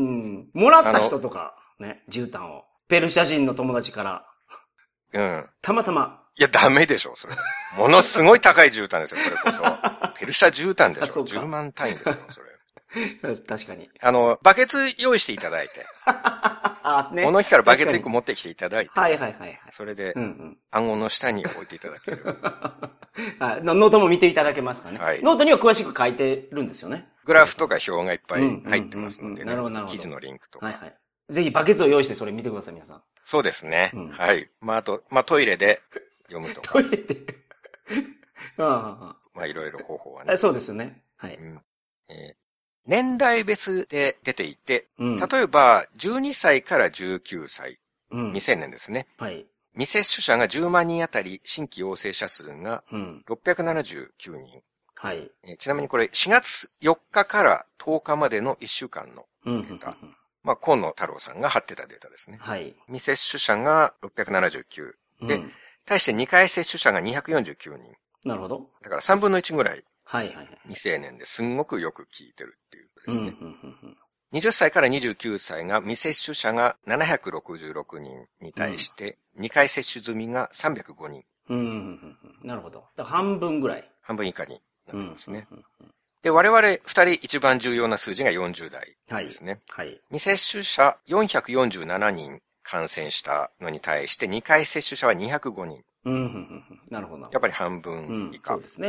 もらった人とか、ね、絨毯を。ペルシャ人の友達から。うん。たまたま。 いや、ダメでしょ、それ。ものすごい高い絨毯ですよ、それこそ。ペルシャ絨毯でしょ。じゅうまん単位ですよ、それ。 確かに。 あの、バケツ用意していただいて。あ、ね。物置からバケツいっこ持ってきていただいて。はいはいはい、はい。それで、うんうん、暗号の下に置いていただける。 あノートも見ていただけますかね。はい。ノートには詳しく書いてるんですよね。 グラフとか表がいっぱい入ってますのでね。なるほどなるほど。記事のリンクとか。はいはい。 ぜひバケツを用意してそれ見てください、皆さん。 そうですね。うん、はい。まあ、あと、まあ、トイレで読むとか。 トイレであまあ、いろいろ方法はね。 そうですよね。はい。うんえー、年代別で出ていて、うん、例えば、じゅうにさいからじゅうきゅうさい、うん、未成年ですね。はい。未接種者がじゅうまんにんあたり新規陽性者数がろっぴゃくななじゅうきゅうにん。はい。えー、ちなみにこれしがつよっかからとおかまでのいっしゅうかんのデータ。うんうんうん、まあ、河野太郎さんが貼ってたデータですね。はい。未接種者がろっぴゃくななじゅうきゅう。で、うん、対してにかい接種者がにひゃくよんじゅうきゅうにん。 なるほど。 だからさんぶんのいちぐらい。はいはいはい。未成年ですんごくよく効いてるっていうことですね。うんうんうんうん、はたちからにじゅうきゅうさいが未接種者がななひゃくろくじゅうろくにんに対して、にかい接種済みがさんびゃくごにん。 うんうんうんうん、なるほど。だから半分ぐらい。 半分以下になってますね。うんうんうんうん、で、我々ふたり一番重要な数字がよんじゅう代ですね。はい。はい、未接種者よんひゃくよんじゅうななにん感染したのに対してにかい接種者はにひゃくごにん。うんうんうん、なるほど。やっぱり半分以下。うん、 そうですね。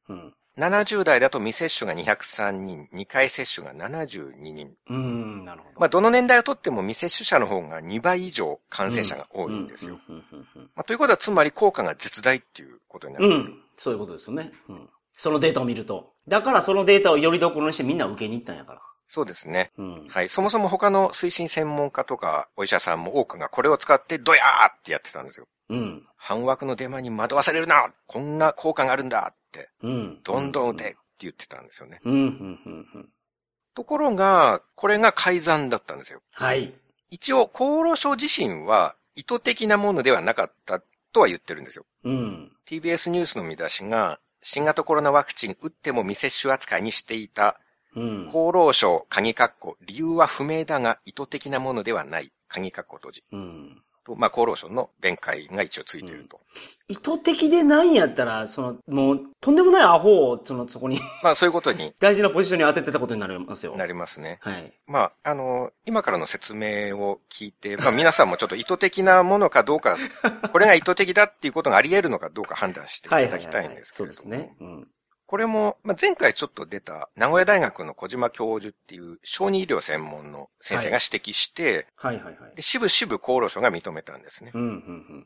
うん。 ななじゅう代だと未接種がにひゃくさんにん、にかい接種がななじゅうににん。 うーん、なるほど。 まあ、どの年代をとっても未接種者の方がにばい以上感染者が多いんですよ。まあ、ということは、つまり効果が絶大っていうことになるんですよ。 うん、そういうことですよね。うん。そのデータを見ると。だからそのデータをよりどころにしてみんな受けに行ったんやから。 そうですね。 うん、 はい。そもそも他の推進専門家とかお医者さんも多くがこれを使ってドヤーってやってたんですよ。 うん。 半枠のデマに惑わされるな、こんな効果があるんだって。 うん。 どんどん打てって言ってたんですよね。 うん、うん、うん、うん。 ところが、これが改ざんだったんですよ。 はい。 一応、厚労省自身は意図的なものではなかったとは言ってるんですよ。 うん。 ティービーエス ニュースの見出しが、新型コロナワクチン打っても未接種扱いにしていた。うん、厚労省、鍵括弧、理由は不明だが意図的なものではない。鍵括弧閉じ。うん。と、まあ、厚労省の弁解が一応ついていると。 うん、意図的でないんやったら、その、もう、とんでもないアホを、その、そこに。 まあ、そういうことに。 大事なポジションに当ててたことになりますよ。 なりますね。 はい。 まあ、あの、今からの説明を聞いて、まあ、皆さんもちょっと意図的なものかどうか、これが意図的だっていうことがあり得るのかどうか判断していただきたいんですけれども。そうですね。うん。これも、まあ、前回ちょっと出た名古屋大学の小島教授っていう小児医療専門の先生が指摘して、はい、はいはいはいで、しぶしぶ厚労省が認めたんですね。うんうんうん、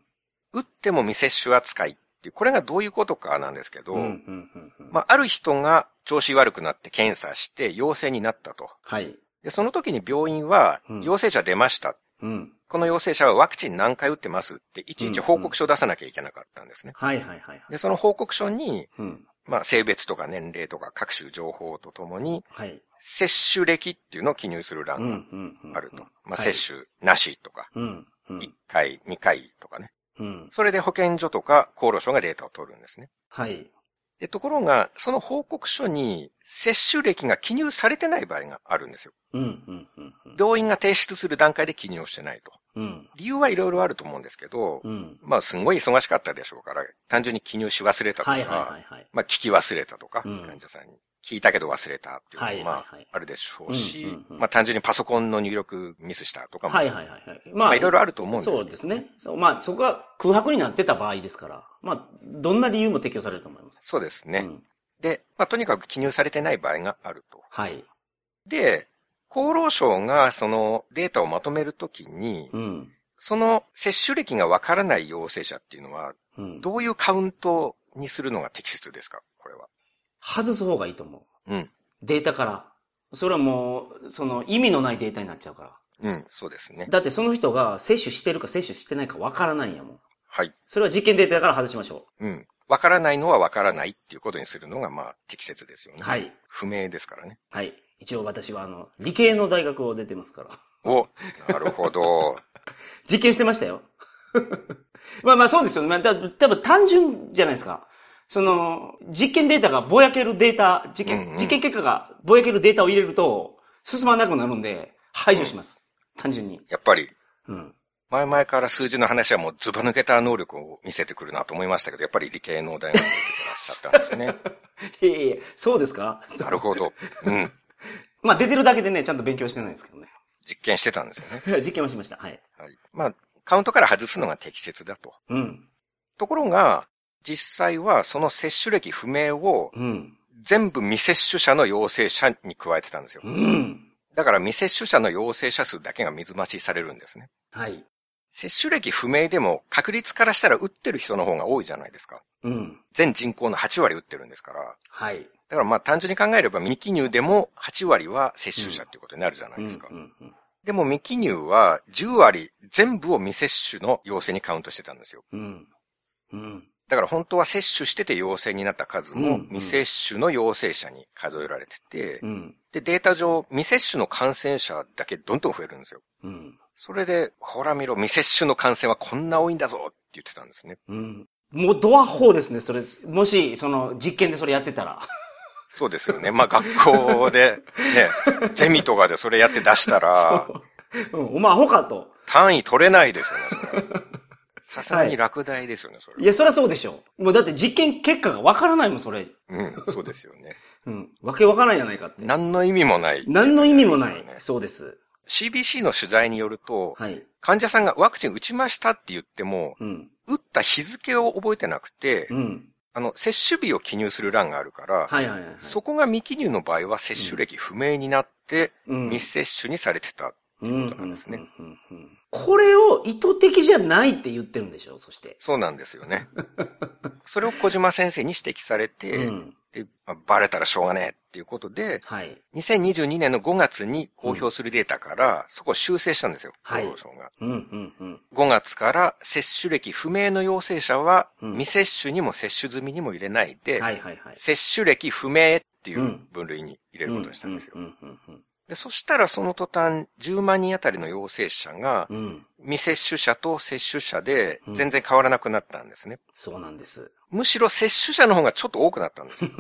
打っても未接種扱いっていう、これがどういうことかなんですけど、うんうんうんうん、まあ、ある人が調子悪くなって検査して陽性になったと。はい。で、その時に病院は陽性者出ました。うん、この陽性者はワクチン何回打ってますっていちいち報告書を出さなきゃいけなかったんですね。うんうん、はいはいはい。で、その報告書に、うんまあ、性別とか年齢とか各種情報とともに、はい、接種歴っていうのを記入する欄があると。まあ、接種なしとか、うんうん、いっかい、にかいとかね、うん。それで保健所とか厚労省がデータを取るんですね。はい。で、ところが、その報告書に接種歴が記入されてない場合があるんですよ。うんうんうんうん、病院が提出する段階で記入をしてないと。うん、理由はいろいろあると思うんですけど、うん、まあすごい忙しかったでしょうから、単純に記入し忘れたとか、はいはいはいはい、まあ聞き忘れたとか、うん、患者さんに聞いたけど忘れたっていうのもまああるでしょうし、まあ単純にパソコンの入力ミスしたとかも、はいはいはいはい、まあいろいろあると思うんですけど、 そうですね。そうまあそこが空白になってた場合ですから、まあどんな理由も適用されると思います。 そうですね。うん、で、まあとにかく記入されてない場合があると。はい。で、厚労省がそのデータをまとめるときに、うん、その接種歴がわからない陽性者っていうのは、どういうカウントにするのが適切ですかこれは。 外す方がいいと思う。うん。データから。それはもう、その意味のないデータになっちゃうから。 うん、そうですね。 だってその人が接種してるか接種してないかわからないんやもん。 はい。 それは実験データだから外しましょう。うん。わからないのはわからないっていうことにするのがまあ適切ですよね。はい。不明ですからね。 はい。一応私はあの、理系の大学を出てますから。 お、なるほど。 実験してましたよ。まあまあそうですよね。まあ、た多分単純じゃないですか。その、実験データがぼやけるデータ、実験、うんうん、実験結果がぼやけるデータを入れると、進まなくなるんで、排除します。うん、単純に。 やっぱり。うん。前々から数字の話はもうズバ抜けた能力を見せてくるなと思いましたけど、やっぱり理系の大学に出てらっしゃったんですね。 いえいえ、そうですか？ なるほど。うん。 まあ出てるだけでね、ちゃんと勉強してないんですけどね。 実験してたんですよね。 実験はしました。はい。 はい。まあ、カウントから外すのが適切だと。うん。ところが、実際はその接種歴不明を、うん。全部未接種者の陽性者に加えてたんですよ。うん。だから未接種者の陽性者数だけが水増しされるんですね。はい。接種歴不明でも確率からしたら打ってる人の方が多いじゃないですか。うん。全人口のはち割打ってるんですから。はい。だからまあ単純に考えれば未記入でもはち割は接種者っていうことになるじゃないですか。うんうんうんうん、でも未記入はじゅう割全部を未接種の陽性にカウントしてたんですよ。うんうん、だから本当は接種してて陽性になった数も未接種の陽性者に数えられてて、うんうん、でデータ上未接種の感染者だけどんどん増えるんですよ。うん、それでほら見ろ未接種の感染はこんな多いんだぞって言ってたんですね。 うん、もうドアホですねそれ。もしその実験でそれやってたら。 そうですよね。まあ学校でね、ゼミとかでそれやって出したら、 うん、お前アホかと。 単位取れないですよね、それ。さすがに落第ですよね、それ。 いや、そりゃそうでしょう。もうだって実験結果がわからないもん、それ。 うん、そうですよね。 うん。わけわからないじゃないかって。 何の意味もない、ね。 何の意味もない。そうです。 シービーシー の取材によると、はい、患者さんがワクチン打ちましたって言っても、うん、打った日付を覚えてなくて、うん、 あの、接種日を記入する欄があるから、はいはいはい、そこが未記入の場合は接種歴不明になって、未接種にされてたっていうことなんですね。 これを意図的じゃないって言ってるんでしょ、そして。 そうなんですよね。それを小島先生に指摘されて、うん、でまあ、バレたらしょうがねえっていうことで、はい、にせんにじゅうにねんのごがつに公表するデータから、うん、そこを修正したんですよ、厚労省が、うんうんうん。ごがつから接種歴不明の陽性者は、うん、未接種にも接種済みにも入れないで、はいはいはい、接種歴不明っていう分類に入れることにしたんですよ。で、そしたらその途端じゅうまんにんあたりの陽性者が、うん、未接種者と接種者で全然変わらなくなったんですね。うん、 そうなんです。 むしろ接種者の方がちょっと多くなったんですよ。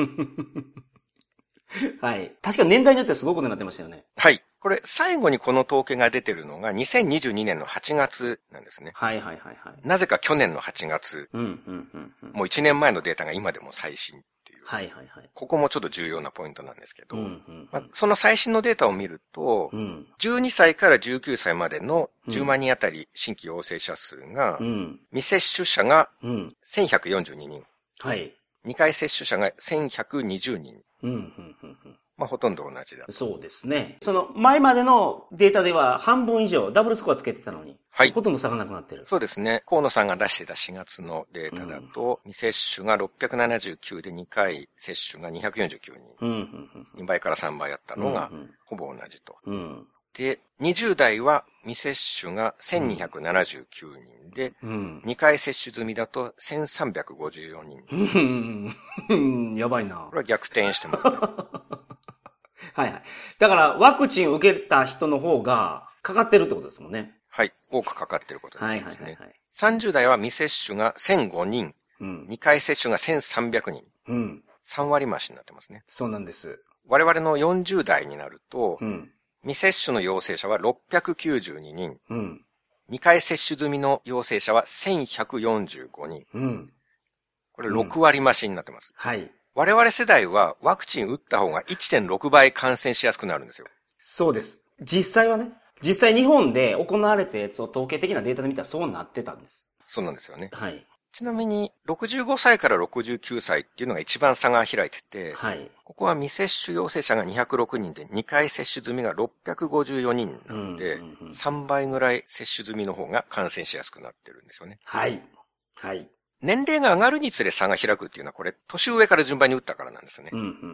はい。確か年代によってはすごくなってましたよね。 はい。これ最後にこの統計が出てるのがにせんにじゅうにねんのはちがつなんですね。はいはいはいはい。なぜか去年のはちがつ。うんうんうんうん、もういちねんまえのデータが今でも最新。はいはいはい。ここもちょっと重要なポイントなんですけど、うんうんうんまあ、その最新のデータを見ると、うん、じゅうにさいからじゅうきゅうさいまでのじゅうまんにんあたり新規陽性者数が、うん、未接種者がせんひゃくよんじゅうににん、はい、にかい接種者がせんひゃくにじゅうにん、うんうんうんうんまあ、ほとんど同じだ。 そうですね。その前までのデータでは半分以上ダブルスコアつけてたのに、はい。ほとんど差がなくなってる。 そうですね。河野さんが出してたしがつのデータだと、うん、未接種がろっぴゃくななじゅうきゅうでにかい接種がにひゃくよんじゅうきゅうにん。うんうんうんうん、にばいからさんばいあったのが、ほぼ同じと。うんうん、で、にじゅう代は未接種がせんにひゃくななじゅうきゅうにんで、うん、にかい接種済みだとせんさんびゃくごじゅうよにん。やばいな。これは逆転してますね。 はいはい。だから、ワクチン受けた人の方が、かかってるってことですもんね。 はい。多くかかってることですね。はいはいはい、はい。さんじゅう代は未接種がせんごにん。うん。にかい接種がせんさんびゃくにん。うん。さんわり増しになってますね。 そうなんです。 我々のよんじゅう代になると、うん。未接種の陽性者はろっぴゃくきゅうじゅうににん。うん。にかい接種済みの陽性者はせんひゃくよんじゅうごにん。うん。これろくわり増しになってます。うん、はい。我々世代はワクチン打った方が いってんろくばい感染しやすくなるんですよ。 そうです。実際はね。実際日本で行われたやつを統計的なデータで見たらそうなってたんです。 そうなんですよね。はい。ちなみにろくじゅうごさいからろくじゅうきゅうさいっていうのが一番差が開いてて、はい。ここは未接種陽性者がにひゃくろくにんでにかい接種済みがろっぴゃくごじゅうよにんなので、うんうんうん、さんばいぐらい接種済みの方が感染しやすくなってるんですよね。 はい。はい。 年齢が上がるにつれ差が開くっていうのはこれ、年上から順番に打ったからなんですね。うんうんうんうん、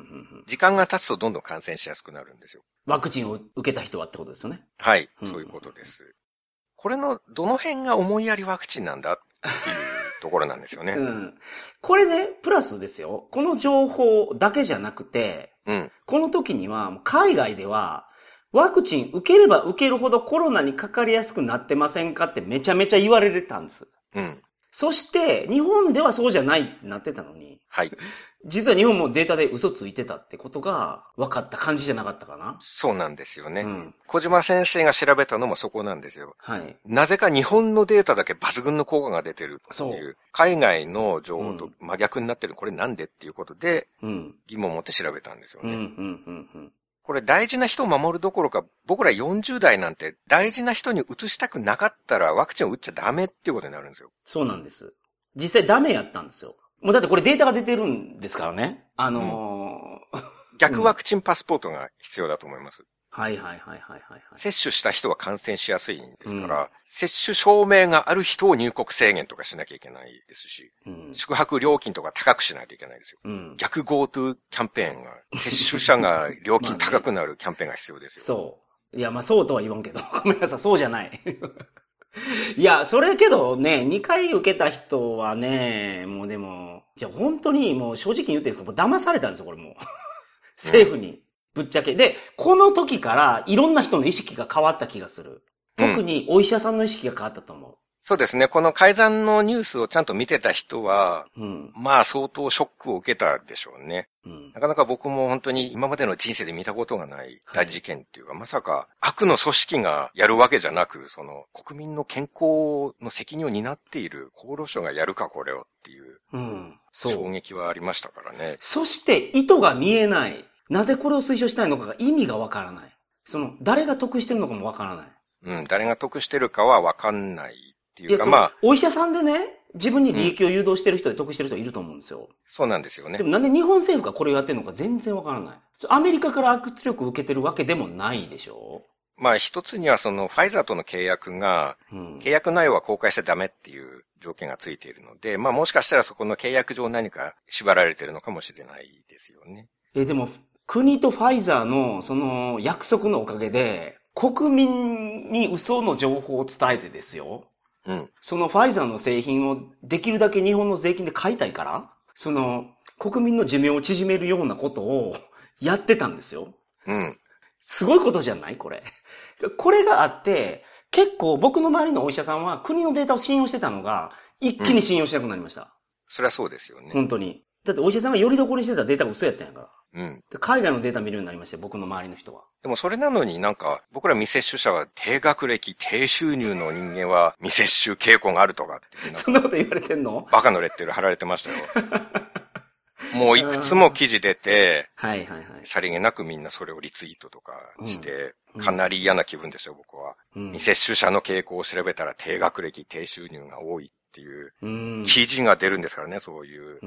時間が経つとどんどん感染しやすくなるんですよ。 ワクチンを受けた人はってことですよね。 はい、うん、そういうことです。これのどの辺が思いやりワクチンなんだっていうところなんですよね。うん。 これね、プラスですよ。この情報だけじゃなくて、うん、この時には海外ではワクチン受ければ受けるほどコロナにかかりやすくなってませんかってめちゃめちゃ言われてたんです。うん。そして、日本ではそうじゃないってなってたのに。はい。実は日本もデータで嘘ついてたってことが分かった感じじゃなかったかな。 そうなんですよね。うん、小島先生が調べたのもそこなんですよ。はい。なぜか日本のデータだけ抜群の効果が出てるっていう。海外の情報と真逆になってる、これなんでっていうことで、うん、疑問を持って調べたんですよね。うんうんうんうん。これ大事な人を守るどころか、僕らよんじゅう代なんて大事な人に移したくなかったらワクチンを打っちゃダメっていうことになるんですよ。 そうなんです。実際ダメやったんですよ。もうだってこれデータが出てるんですからね。あのーうん、逆ワクチンパスポートが必要だと思います。うん、 はいはいはいはいはい。 接種した人は感染しやすいんですから、うん、接種証明がある人を入国制限とかしなきゃいけないですし、うん、宿泊料金とか高くしないといけないですよ。うん、逆 GoTo キャンペーンが、接種者が料金高くなるキャンペーンが必要ですよ。ね、 そう。いや、まあそうとは言わんけど、ごめんなさい、そうじゃない。いや、それけどね、にかい受けた人はね、もうでも、じゃあ本当にもう正直に言っていいですか、もう騙されたんですよ、これもう。政府に。ぶっちゃけ。で、この時からいろんな人の意識が変わった気がする。特にお医者さんの意識が変わったと思う。うん、 そうですね。この改ざんのニュースをちゃんと見てた人は、うん、まあ相当ショックを受けたでしょうね。うん、なかなか僕も本当に今までの人生で見たことがない大事件っていうか、はい、まさか悪の組織がやるわけじゃなく、その国民の健康の責任を担っている厚労省がやるかこれをっていう、うん、そう衝撃はありましたからね。 そして意図が見えない。なぜこれを推奨したいのかが意味がわからない。その、誰が得してるのかもわからない。 うん、誰が得してるかはわかんないっていうか、いまあ。 お医者さんでね、 自分に利益を誘導してる人で得してる人いると思うんですよ。 そうなんですよね。 でもなんで日本政府がこれをやってるのか全然わからない。アメリカから圧力を受けてるわけでもないでしょ。 まあ一つにはそのファイザーとの契約が、うん、契約内容は公開しちゃダメっていう条件がついているので、まあもしかしたらそこの契約上何か縛られてるのかもしれないですよね。 え、でも国とファイザーのその約束のおかげで国民に嘘の情報を伝えてですよ。うん。そのファイザーの製品をできるだけ日本の税金で買いたいから、その国民の寿命を縮めるようなことをやってたんですよ。うん。すごいことじゃないこれ。これがあって、結構僕の周りのお医者さんは国のデータを信用してたのが、一気に信用しなくなりました。うん、 そりゃそうですよね。 本当に。だってお医者さんがよりどころにしてたデータが嘘やったんやから。うん。で海外のデータ見るようになりましたよ、僕の周りの人は。 でもそれなのになんか、僕ら未接種者は低学歴、低収入の人間は未接種傾向があるとかって。 そんなこと言われてんの？ バカのレッテル貼られてましたよ。もういくつも記事出て、はいはいはい。さりげなくみんなそれをリツイートとかして、うん、かなり嫌な気分ですよ、僕は。うん、未接種者の傾向を調べたら低学歴、低収入が多いっていう、記事が出るんですからね、そういう。 うん、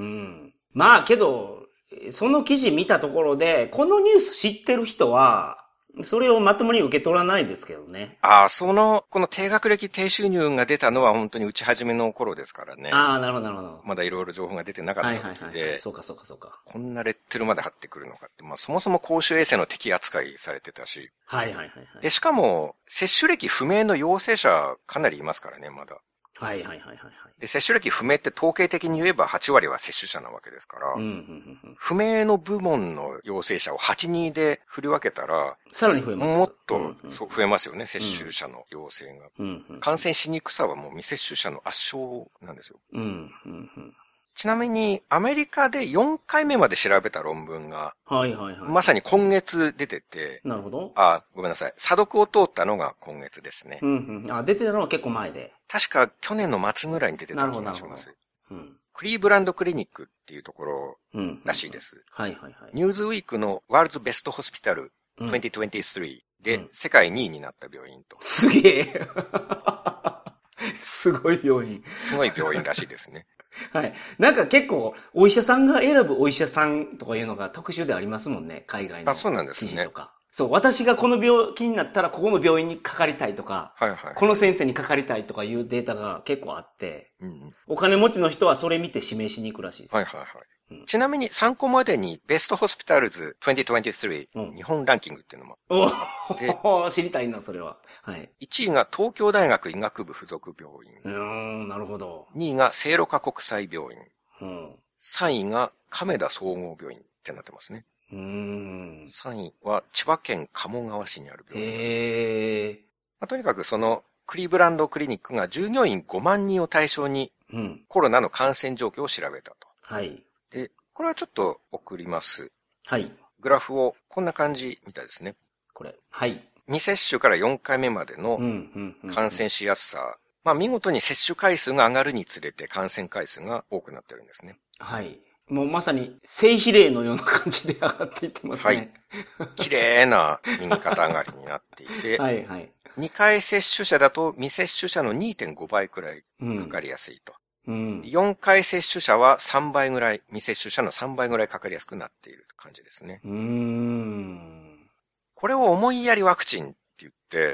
まあけど、その記事見たところで、このニュース知ってる人は、それをまともに受け取らないですけどね。 ああ、その、この低学歴低収入が出たのは本当に打ち始めの頃ですからね。 ああ、なるほどなるほど。 まだいろいろ情報が出てなかった時で。はいはいはい。 そうかそうかそうか。 こんなレッテルまで貼ってくるのかって。まあそもそも公衆衛生の敵扱いされてたし。 はいはいはい、はい。 で、しかも、接種歴不明の陽性者かなりいますからね、まだ。 はいはいはいはい。 で、接種歴不明って統計的に言えばはち割は接種者なわけですから、うんうんうんうん、不明の部門の陽性者をはちにで振り分けたら、 さらに増えます。 もっと、そう増えますよね、接種者の陽性が、うんうん。感染しにくさはもう未接種者の圧勝なんですよ。うんうんうん、ちなみに、アメリカでよんかいめまで調べた論文が、はいはいはい。まさに今月出てて、 なるほど。 あ、ごめんなさい。査読を通ったのが今月ですね。 うんうん。あ、出てたのは結構前で。 確か去年の末ぐらいに出てた気がします。うん、クリーブランドクリニックっていうところらしいです。うんうん、はいはいはい。ニューズウィークのワールズベストホスピタルにせんにじゅうさんで世界にいになった病院と。 すげえ。すごい病院。 すごい病院らしいですね。 はい。なんか結構、お医者さんが選ぶお医者さんとかいうのが特殊でありますもんね、海外の。 あ、そうなんですね。 とか。そう、私がこの病気になったらここの病院にかかりたいとか、はいはい、この先生にかかりたいとかいうデータが結構あって、うんうん、お金持ちの人はそれ見て指名しに行くらしいです。はいはいはい。 うん、ちなみに参考までにベストホスピタルズにせんにじゅうさん、うん、日本ランキングっていうのもおお知りたいな、それは。はい。 いちいが東京大学医学部附属病院。 うーん、なるほど。 にいが聖路加国際病院。うん、さんいが亀田総合病院ってなってますね。うーんさんいは千葉県鴨川市にある病院だそうです。へー。まあ、とにかくそのクリーブランドクリニックが従業員ごまんにんを対象にコロナの感染状況を調べたと。はい。で、これはちょっと送ります。はい。グラフをこんな感じみたいですね。 これ。はい。 未接種からよんかいめまでの感染しやすさ。まあ見事に接種回数が上がるにつれて感染回数が多くなってるんですね。 はい。もうまさに正比例のような感じで上がっていってますね。 はい。綺麗な右肩上がりになっていて。はいはい。にかい接種者だと未接種者の にてんごばいくらいかかりやすいと。うん、よんかい接種者はさんばいぐらい、未接種者のさんばいぐらいかかりやすくなっている感じですね。うーんこれを思いやりワクチンって言って、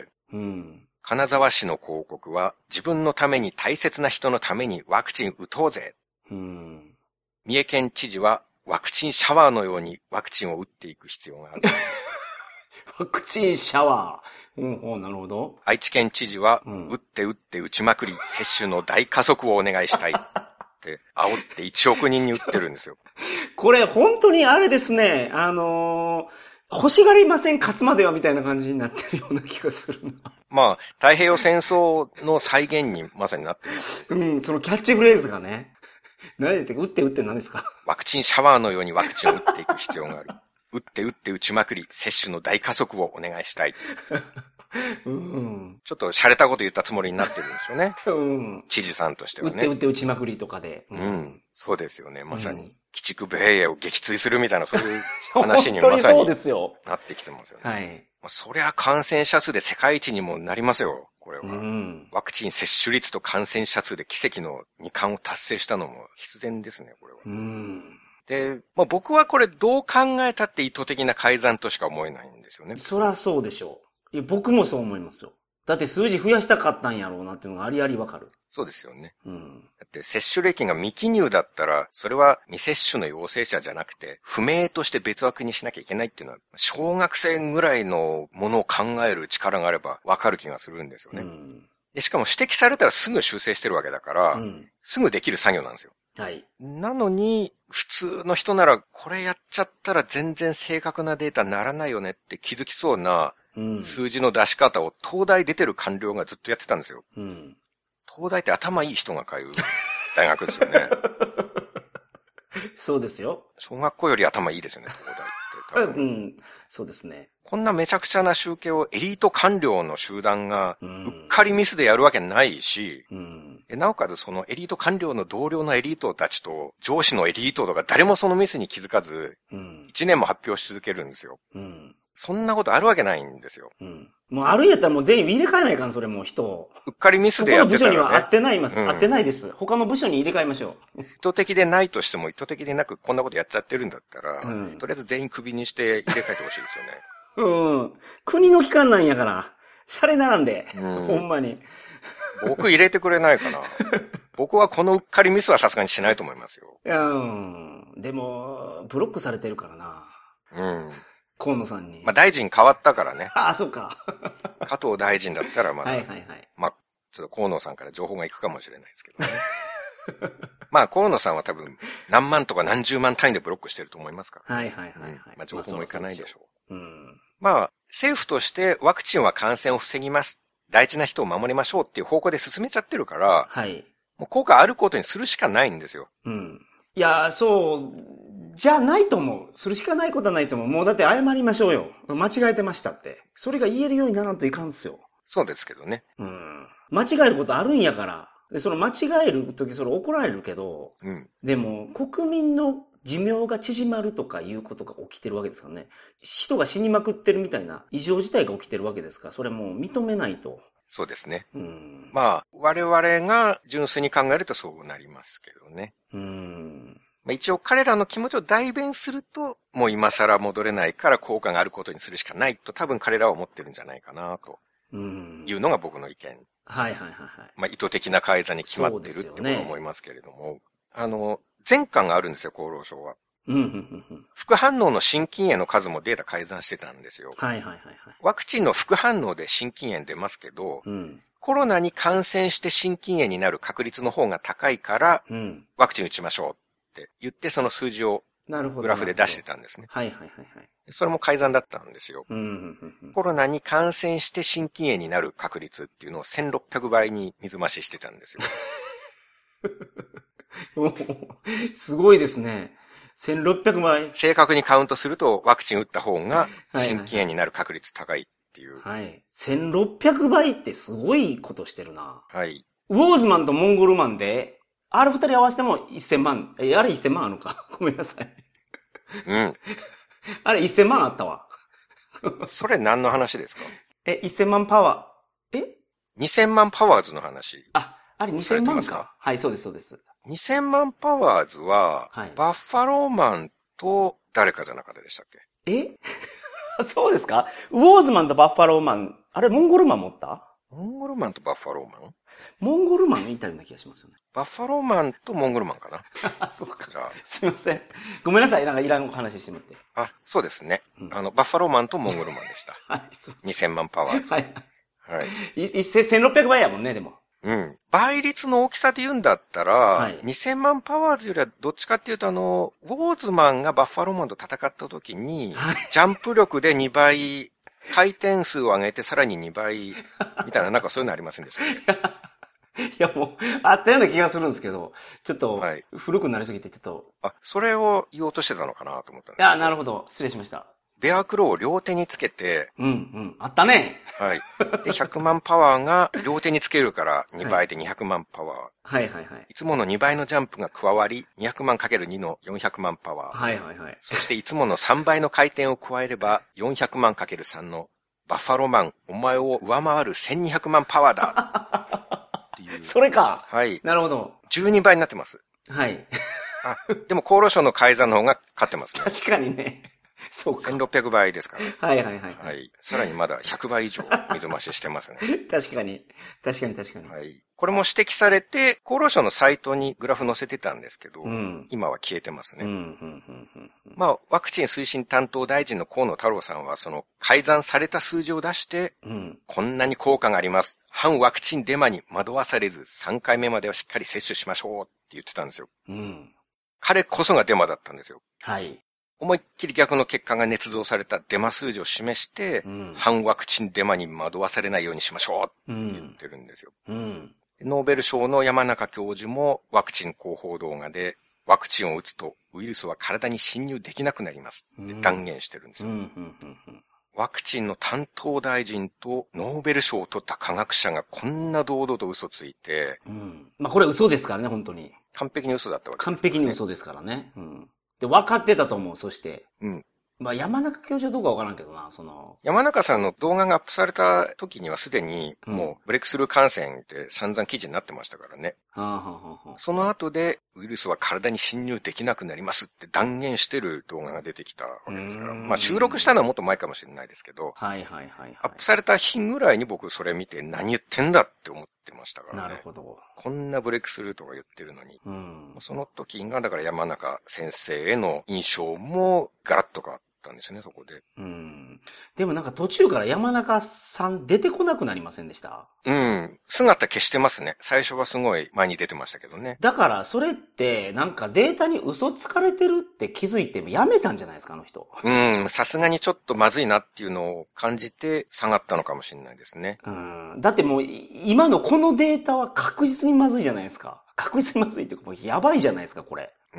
うん、金沢市の広告は自分のために大切な人のためにワクチン打とうぜ。うん、三重県知事はワクチンシャワーのようにワクチンを打っていく必要がある。 ワクチンシャワー。うん、おなるほど。 愛知県知事は、うん、打って打って打ちまくり、接種の大加速をお願いしたい。って、煽っていちおくにんに打ってるんですよ。 これ本当にあれですね、あのー、欲しがりません勝つまではみたいな感じになってるような気がするな。 まあ、太平洋戦争の再現にまさになってます。 うん、そのキャッチフレーズがね。何でって、打って打って何ですか？ ワクチンシャワーのようにワクチンを打っていく必要がある。打って打って打ちまくり、接種の大加速をお願いしたい。うん、ちょっと洒落たこと言ったつもりになってるんですよね。うん、知事さんとしてはね。 打って打って打ちまくりとかで。 うん、うん、そうですよね。まさに、うん、鬼畜米英を撃墜するみたいなそういう話にまさになってきてますよね。はい。 そりゃ感染者数で世界一にもなりますよ、これは。うん、ワクチン接種率と感染者数で奇跡の二冠を達成したのも必然ですね、これは。うん、で、まあ、僕はこれどう考えたって意図的な改ざんとしか思えないんですよね。 そらそうでしょう。いや、僕もそう思いますよ。だって数字増やしたかったんやろうなっていうのがありありわかる。 そうですよね。うん。だって接種歴が未記入だったら、それは未接種の陽性者じゃなくて、不明として別枠にしなきゃいけないっていうのは、小学生ぐらいのものを考える力があればわかる気がするんですよね。うん、でしかも指摘されたらすぐ修正してるわけだから、うん、すぐできる作業なんですよ。はい。なのに、普通の人なら、これやっちゃったら全然正確なデータにならないよねって気づきそうな、うん、数字の出し方を東大出てる官僚がずっとやってたんですよ。うん、東大って頭いい人が通う大学ですよね。 そうですよ。 小学校より頭いいですよね、東大って。 うん、そうですね。 こんなめちゃくちゃな集計をエリート官僚の集団がうっかりミスでやるわけないし、うん、なおかつそのエリート官僚の同僚のエリートたちと上司のエリートとか誰もそのミスに気づかず、いちねんも発表し続けるんですよ。うん、そんなことあるわけないんですよ。 うん、もうあるんやったらもう全員入れ替えないかん、それもう人を。 うっかりミスでやってたらね。 他の部署には合ってないます。うん、合ってないです。他の部署に入れ替えましょう。 意図的でないとしても意図的でなくこんなことやっちゃってるんだったら、うん、とりあえず全員クビにして入れ替えてほしいですよね。 うん。国の機関なんやから。シャレならんで。うん、ほんまに。 僕入れてくれないかな。僕はこのうっかりミスはさすがにしないと思いますよ。 うん。でも、ブロックされてるからな。うん。河野さんに。 まあ大臣変わったからね。 ああ、そうか。 加藤大臣だったらまだ。 はいはいはい。 まあ、ちょっと河野さんから情報がいくかもしれないですけどね。まあ、河野さんは多分、何万とか何十万単位でブロックしてると思いますから、 ね。はいはいはい、はいうん。 まあ、情報もいかないでしょう。うん、まあ、政府としてワクチンは感染を防ぎます。大事な人を守りましょうっていう方向で進めちゃってるから、はい。もう効果あることにするしかないんですよ。 うん。いや、そう、じゃないと思う。するしかないことはないと思う。もうだって謝りましょうよ。間違えてましたって。それが言えるようにならんといかんですよ。 そうですけどね。 うん。間違えることあるんやから。で、その間違えるときそれ怒られるけど、うん、でも国民の寿命が縮まるとかいうことが起きてるわけですからね。人が死にまくってるみたいな異常事態が起きてるわけですから、それもう認めないと。 そうですね。うん、まあ、我々が純粋に考えるとそうなりますけどね。うん、まあ、一応彼らの気持ちを代弁すると、もう今更戻れないから効果があることにするしかないと多分彼らは思ってるんじゃないかなと。いうのが僕の意見。 はいはいはいはい。 まあ意図的な改ざんに決まってるってことは思いますけれども、ね、あの、前科があるんですよ、厚労省は。うんうんうんうん、副反応の心筋炎の数もデータ改ざんしてたんですよ。はいはいはいはい。ワクチンの副反応で心筋炎出ますけど、うん、コロナに感染して心筋炎になる確率の方が高いから、うん、ワクチン打ちましょうって言ってその数字をグラフで出してたんですね。はいはいはいはい。それも改ざんだったんですよ。うんうんうんうん、コロナに感染して心筋炎になる確率っていうのをせんろっぴゃくばいに水増ししてたんですよ。すごいですね。せんろっぴゃくばい。 正確にカウントするとワクチン打った方が心筋炎になる確率高いっていう。 はい。せんろっぴゃくばいってすごいことしてるな。はい。ウォーズマンとモンゴルマンで、あれ二人合わせてもせんまん。え、あれせんまんあるのか。ごめんなさい。うん。あれせんまんあったわ。 それ何の話ですか？ え、せんまんパワー。え ? にせんまんパワーズの話。 あ、あれにせんまんか。はい、そうです、そうです。 にせんまんパワーズは、はい、バッファローマンと誰かじゃなかったでしたっけ？ えそうですか？ウォーズマンとバッファローマン、あれモンゴルマン持った？ モンゴルマンとバッファローマン？ モンゴルマンいたような気がしますよね。 バッファローマンとモンゴルマンかな。 あ、そうか。じゃあ。すいません。ごめんなさい。なんかいらん話してもって。 あ、そうですね。うん、あの、バッファローマンとモンゴルマンでした。はい、そうです。にせんまんパワーズ。はい。はい。 せんろっぴゃくばいやもんね、でも。 うん。倍率の大きさで言うんだったら、はい、にせんまんパワーズよりはどっちかっていうとあの、ウォーズマンがバッファローマンと戦った時に、はい、ジャンプ力でにばい、回転数を上げてさらににばい、みたいななんかそういうのありませんでしたっけ？ いやもう、あったような気がするんですけど、ちょっと、古くなりすぎてちょっと。 はい、あ、それを言おうとしてたのかなと思ったんですけど。 あ、なるほど。失礼しました。 ベアクローを両手につけて、 うんうん。あったね。 はい。で、ひゃくまんパワーが両手につけるからにばいでにひゃくまんパワー。 はいはいはい。 いつものにばいのジャンプが加わり、にひゃくまんかけるにのよんひゃくまんパワー。 はいはいはい。 そしていつものさんばいの回転を加えれば、よんひゃくまんかけるさんのバッファローマン、お前を上回るせんにひゃくまんパワーだっていう。 それか。 はい。 なるほど。 じゅうにばいになってます。 はい。 あ、でも厚労省の改ざんの方が勝ってますね。 確かにね。そうか。 せんろっぴゃくばいですから。 はいはいはい。 はい。さらにまだひゃくばい以上水増ししてますね。 確かに。確かに確かに。 はい。これも指摘されて、厚労省のサイトにグラフ載せてたんですけど、うん、今は消えてますね。うんうんうんうん、まあ、ワクチン推進担当大臣の河野太郎さんは、その改ざんされた数字を出して、うん、こんなに効果があります。反ワクチンデマに惑わされず、さんかいめまではしっかり接種しましょうって言ってたんですよ。うん、彼こそがデマだったんですよ。はい。思いっきり逆の結果が捏造されたデマ数字を示して、うん、反ワクチンデマに惑わされないようにしましょうって言ってるんですよ。うんうんノーベル賞の山中教授もワクチン広報動画でワクチンを打つとウイルスは体に侵入できなくなりますって断言してるんですよ。ワクチンの担当大臣とノーベル賞を取った科学者がこんな堂々と嘘ついて、 うん、まあこれ嘘ですからね本当に。 完璧に嘘だったわけですからね。 完璧に嘘ですからね。うん、で分かってたと思う。そして。うん。まあ山中教授はどうかわからんけどな、その。 山中さんの動画がアップされた時にはすでにもうブレイクスルー感染って散々記事になってましたからね。はあはあはあ、その後でウイルスは体に侵入できなくなりますって断言してる動画が出てきたわけですから。まあ収録したのはもっと前かもしれないですけど。はいはいはい、はい。アップされた日ぐらいに僕それ見て何言ってんだって思ってましたからね。なるほど。こんなブレイクスルーとか言ってるのに。うん、その時がだから山中先生への印象もガラッと変わった。たんですね、そこで。 うん。でもなんか途中から山中さん出てこなくなりませんでした？ うん。姿消してますね。最初はすごい前に出てましたけどね。 だからそれってなんかデータに嘘つかれてるって気づいてやめたんじゃないですか、あの人。 うん。さすがにちょっとまずいなっていうのを感じて下がったのかもしれないですね。 うん。だってもう今のこのデータは確実にまずいじゃないですか。確実にまずいっていうかもうやばいじゃないですか、これ。うん。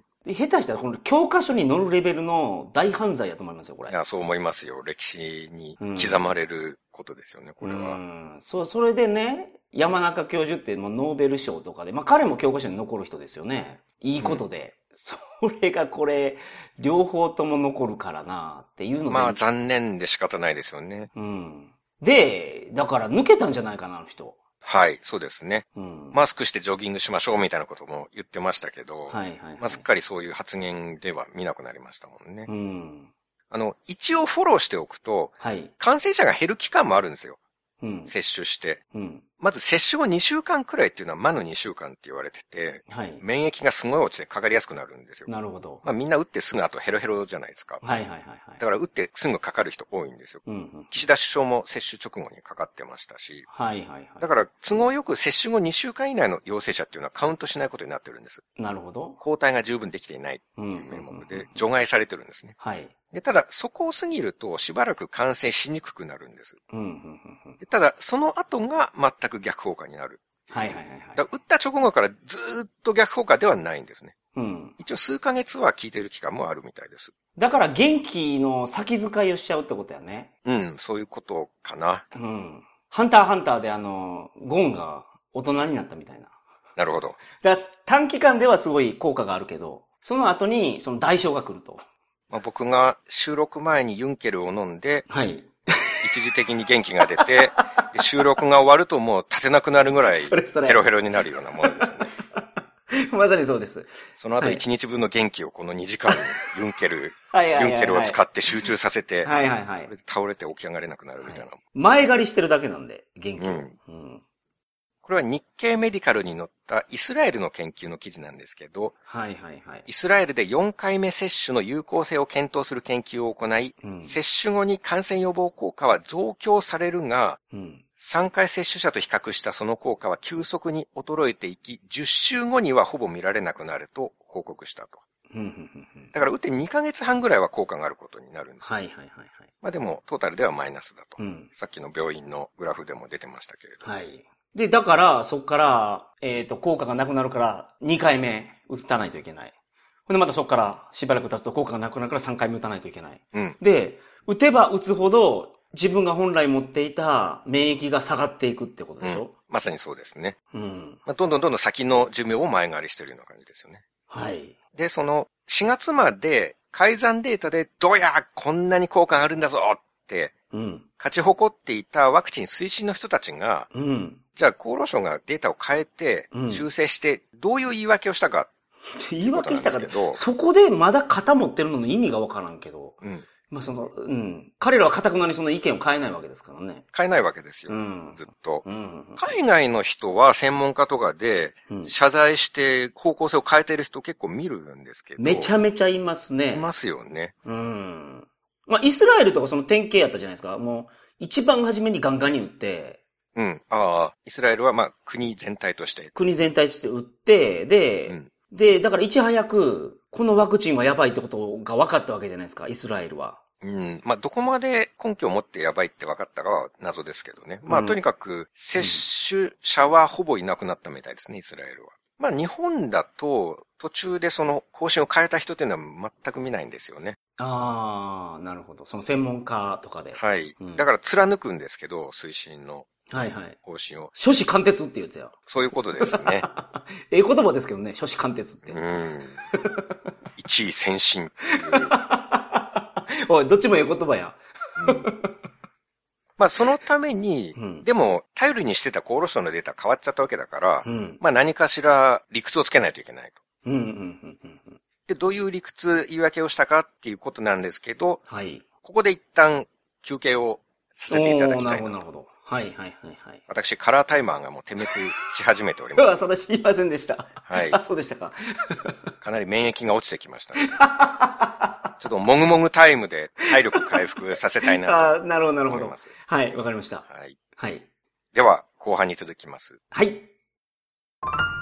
で下手したらこの教科書に載るレベルの大犯罪だと思いますよ、これ。 いや、そう思いますよ。歴史に刻まれることですよね、うん、これは。うん。 そう、それでね、山中教授ってもうノーベル賞とかで、まあ彼も教科書に残る人ですよね。いいことで。うん、それがこれ、両方とも残るからなっていうので。 まあ残念で仕方ないですよね。 うん。で、だから抜けたんじゃないかな、あの人。 はい、そうですね、うん。マスクしてジョギングしましょうみたいなことも言ってましたけど、はいはいはい、まあ、すっかりそういう発言では見なくなりましたもんね。うん、あの、一応フォローしておくと、はい、感染者が減る期間もあるんですよ。うん、接種して。うん、まず接種後にしゅうかんくらいっていうのは魔のにしゅうかんって言われてて、はい、免疫がすごい落ちてかかりやすくなるんですよ。 なるほど。 まあみんな打ってすぐ後ヘロヘロじゃないですか。 はいはいはい、はい。 だから打ってすぐかかる人多いんですよ。うんうん、岸田首相も接種直後にかかってましたし。はいはいはい。だから都合よく接種後にしゅうかん以内の陽性者っていうのはカウントしないことになってるんです。 なるほど。 抗体が十分できていないっていう名目で除外されてるんですね。はい。で、ただ、そこを過ぎるとしばらく感染しにくくなるんです。うんうんうんうん、でただ、その後が全く逆効果になる。はいはいはい、はい。だ打った直後からずーっと逆効果ではないんですね。うん。一応数ヶ月は効いてる期間もあるみたいです。 だから元気の先使いをしちゃうってことやね。 うん、そういうことかな。 うん。ハンターハンターであの、ゴンが大人になったみたいな。 なるほど。 だ短期間ではすごい効果があるけど、その後にその代償が来ると。 まあ、僕が収録前にユンケルを飲んで、はい。一時的に元気が出て、収録が終わるともう立てなくなるぐらいヘロヘロになるようなものですね。 まさにそうです。 その後一日分の元気をこのにじかんユンケル、ユンケルを使って集中させて、はいはいはい。それで倒れて起き上がれなくなるみたいな。はい、 前借りしてるだけなんで、元気を。うんうんこれは日経メディカルに載ったイスラエルの研究の記事なんですけど、はいはいはい。イスラエルでよんかいめ接種の有効性を検討する研究を行い、うん、接種後に感染予防効果は増強されるが、うん、さんかい接種者と比較したその効果は急速に衰えていき、じゅっしゅうごにはほぼ見られなくなると報告したと。だから打ってにかげつはんぐらいは効果があることになるんですよ。はいはいはい、はい。まあでもトータルではマイナスだと、うん。さっきの病院のグラフでも出てましたけれど。はい。 で、だから、そっから、えっと、効果がなくなるから、にかいめ打たないといけない。ほんで、またそっから、しばらく経つと効果がなくなるからさんかいめ打たないといけない。うん。で、打てば打つほど、自分が本来持っていた免疫が下がっていくってことでしょ、うん、 まさにそうですね。うん。まあ、どんどんどんどん先の寿命を前借りしてるような感じですよね。はい。で、その、しがつまで改ざんデータで、どうやこんなに効果があるんだぞってうん、勝ち誇っていたワクチン推進の人たちが、うん、じゃあ厚労省がデータを変えて、修正して、どういう言い訳をしたか、 うん。言い訳したかど、そこでまだ肩持ってるのの意味がわからんけど。うんまあその、うん。彼らは堅くなにその意見を変えないわけですからね。 変えないわけですよ。うん、ずっと、うん。海外の人は専門家とかで、謝罪して方向性を変えてる人結構見るんですけど。 めちゃめちゃいますね。 いますよね。 うん。まあイスラエルとかその典型やったじゃないですか。もう、一番初めにガンガンに打って。 うん。ああ、イスラエルはまあ国全体として。 国全体として打って、で、うん、で、だからいち早く、このワクチンはやばいってことが分かったわけじゃないですか、イスラエルは。 うん。まあ、どこまで根拠を持ってやばいって分かったかは謎ですけどね。まあ、うん、とにかく、接種者はほぼいなくなったみたいですね、イスラエルは。まあ、日本だと、途中でその方針を変えた人っていうのは全く見ないんですよね。 ああ、なるほど。その専門家とかで。 はい。うん、だから貫くんですけど、推進の。 はいはい。 方針を。 諸子貫徹って言うやつや。 そういうことですね。 ええ言葉ですけどね、諸子貫徹って。うん。 一位先進っていう。 おい、どっちもええ言葉や。うん、 まあそのために、うん、でも頼りにしてた厚労省のデータ変わっちゃったわけだから、うん、まあ何かしら理屈をつけないといけないと。うんうんうんうん、で、どういう理屈言い訳をしたかっていうことなんですけど、はい、ここで一旦休憩をさせていただきたいなと。なるほど、なるほど。 はいはいはいはい。 私、カラータイマーがもう点滅し始めております。 それ知りませんでした。はい。あ、そうでしたか。 かなり免疫が落ちてきました、ね。ちょっともぐもぐタイムで体力回復させたいなと思います。 あ、なるほどなるほど。はい、わかりました。 はい。 はい。 では、後半に続きます。 はい。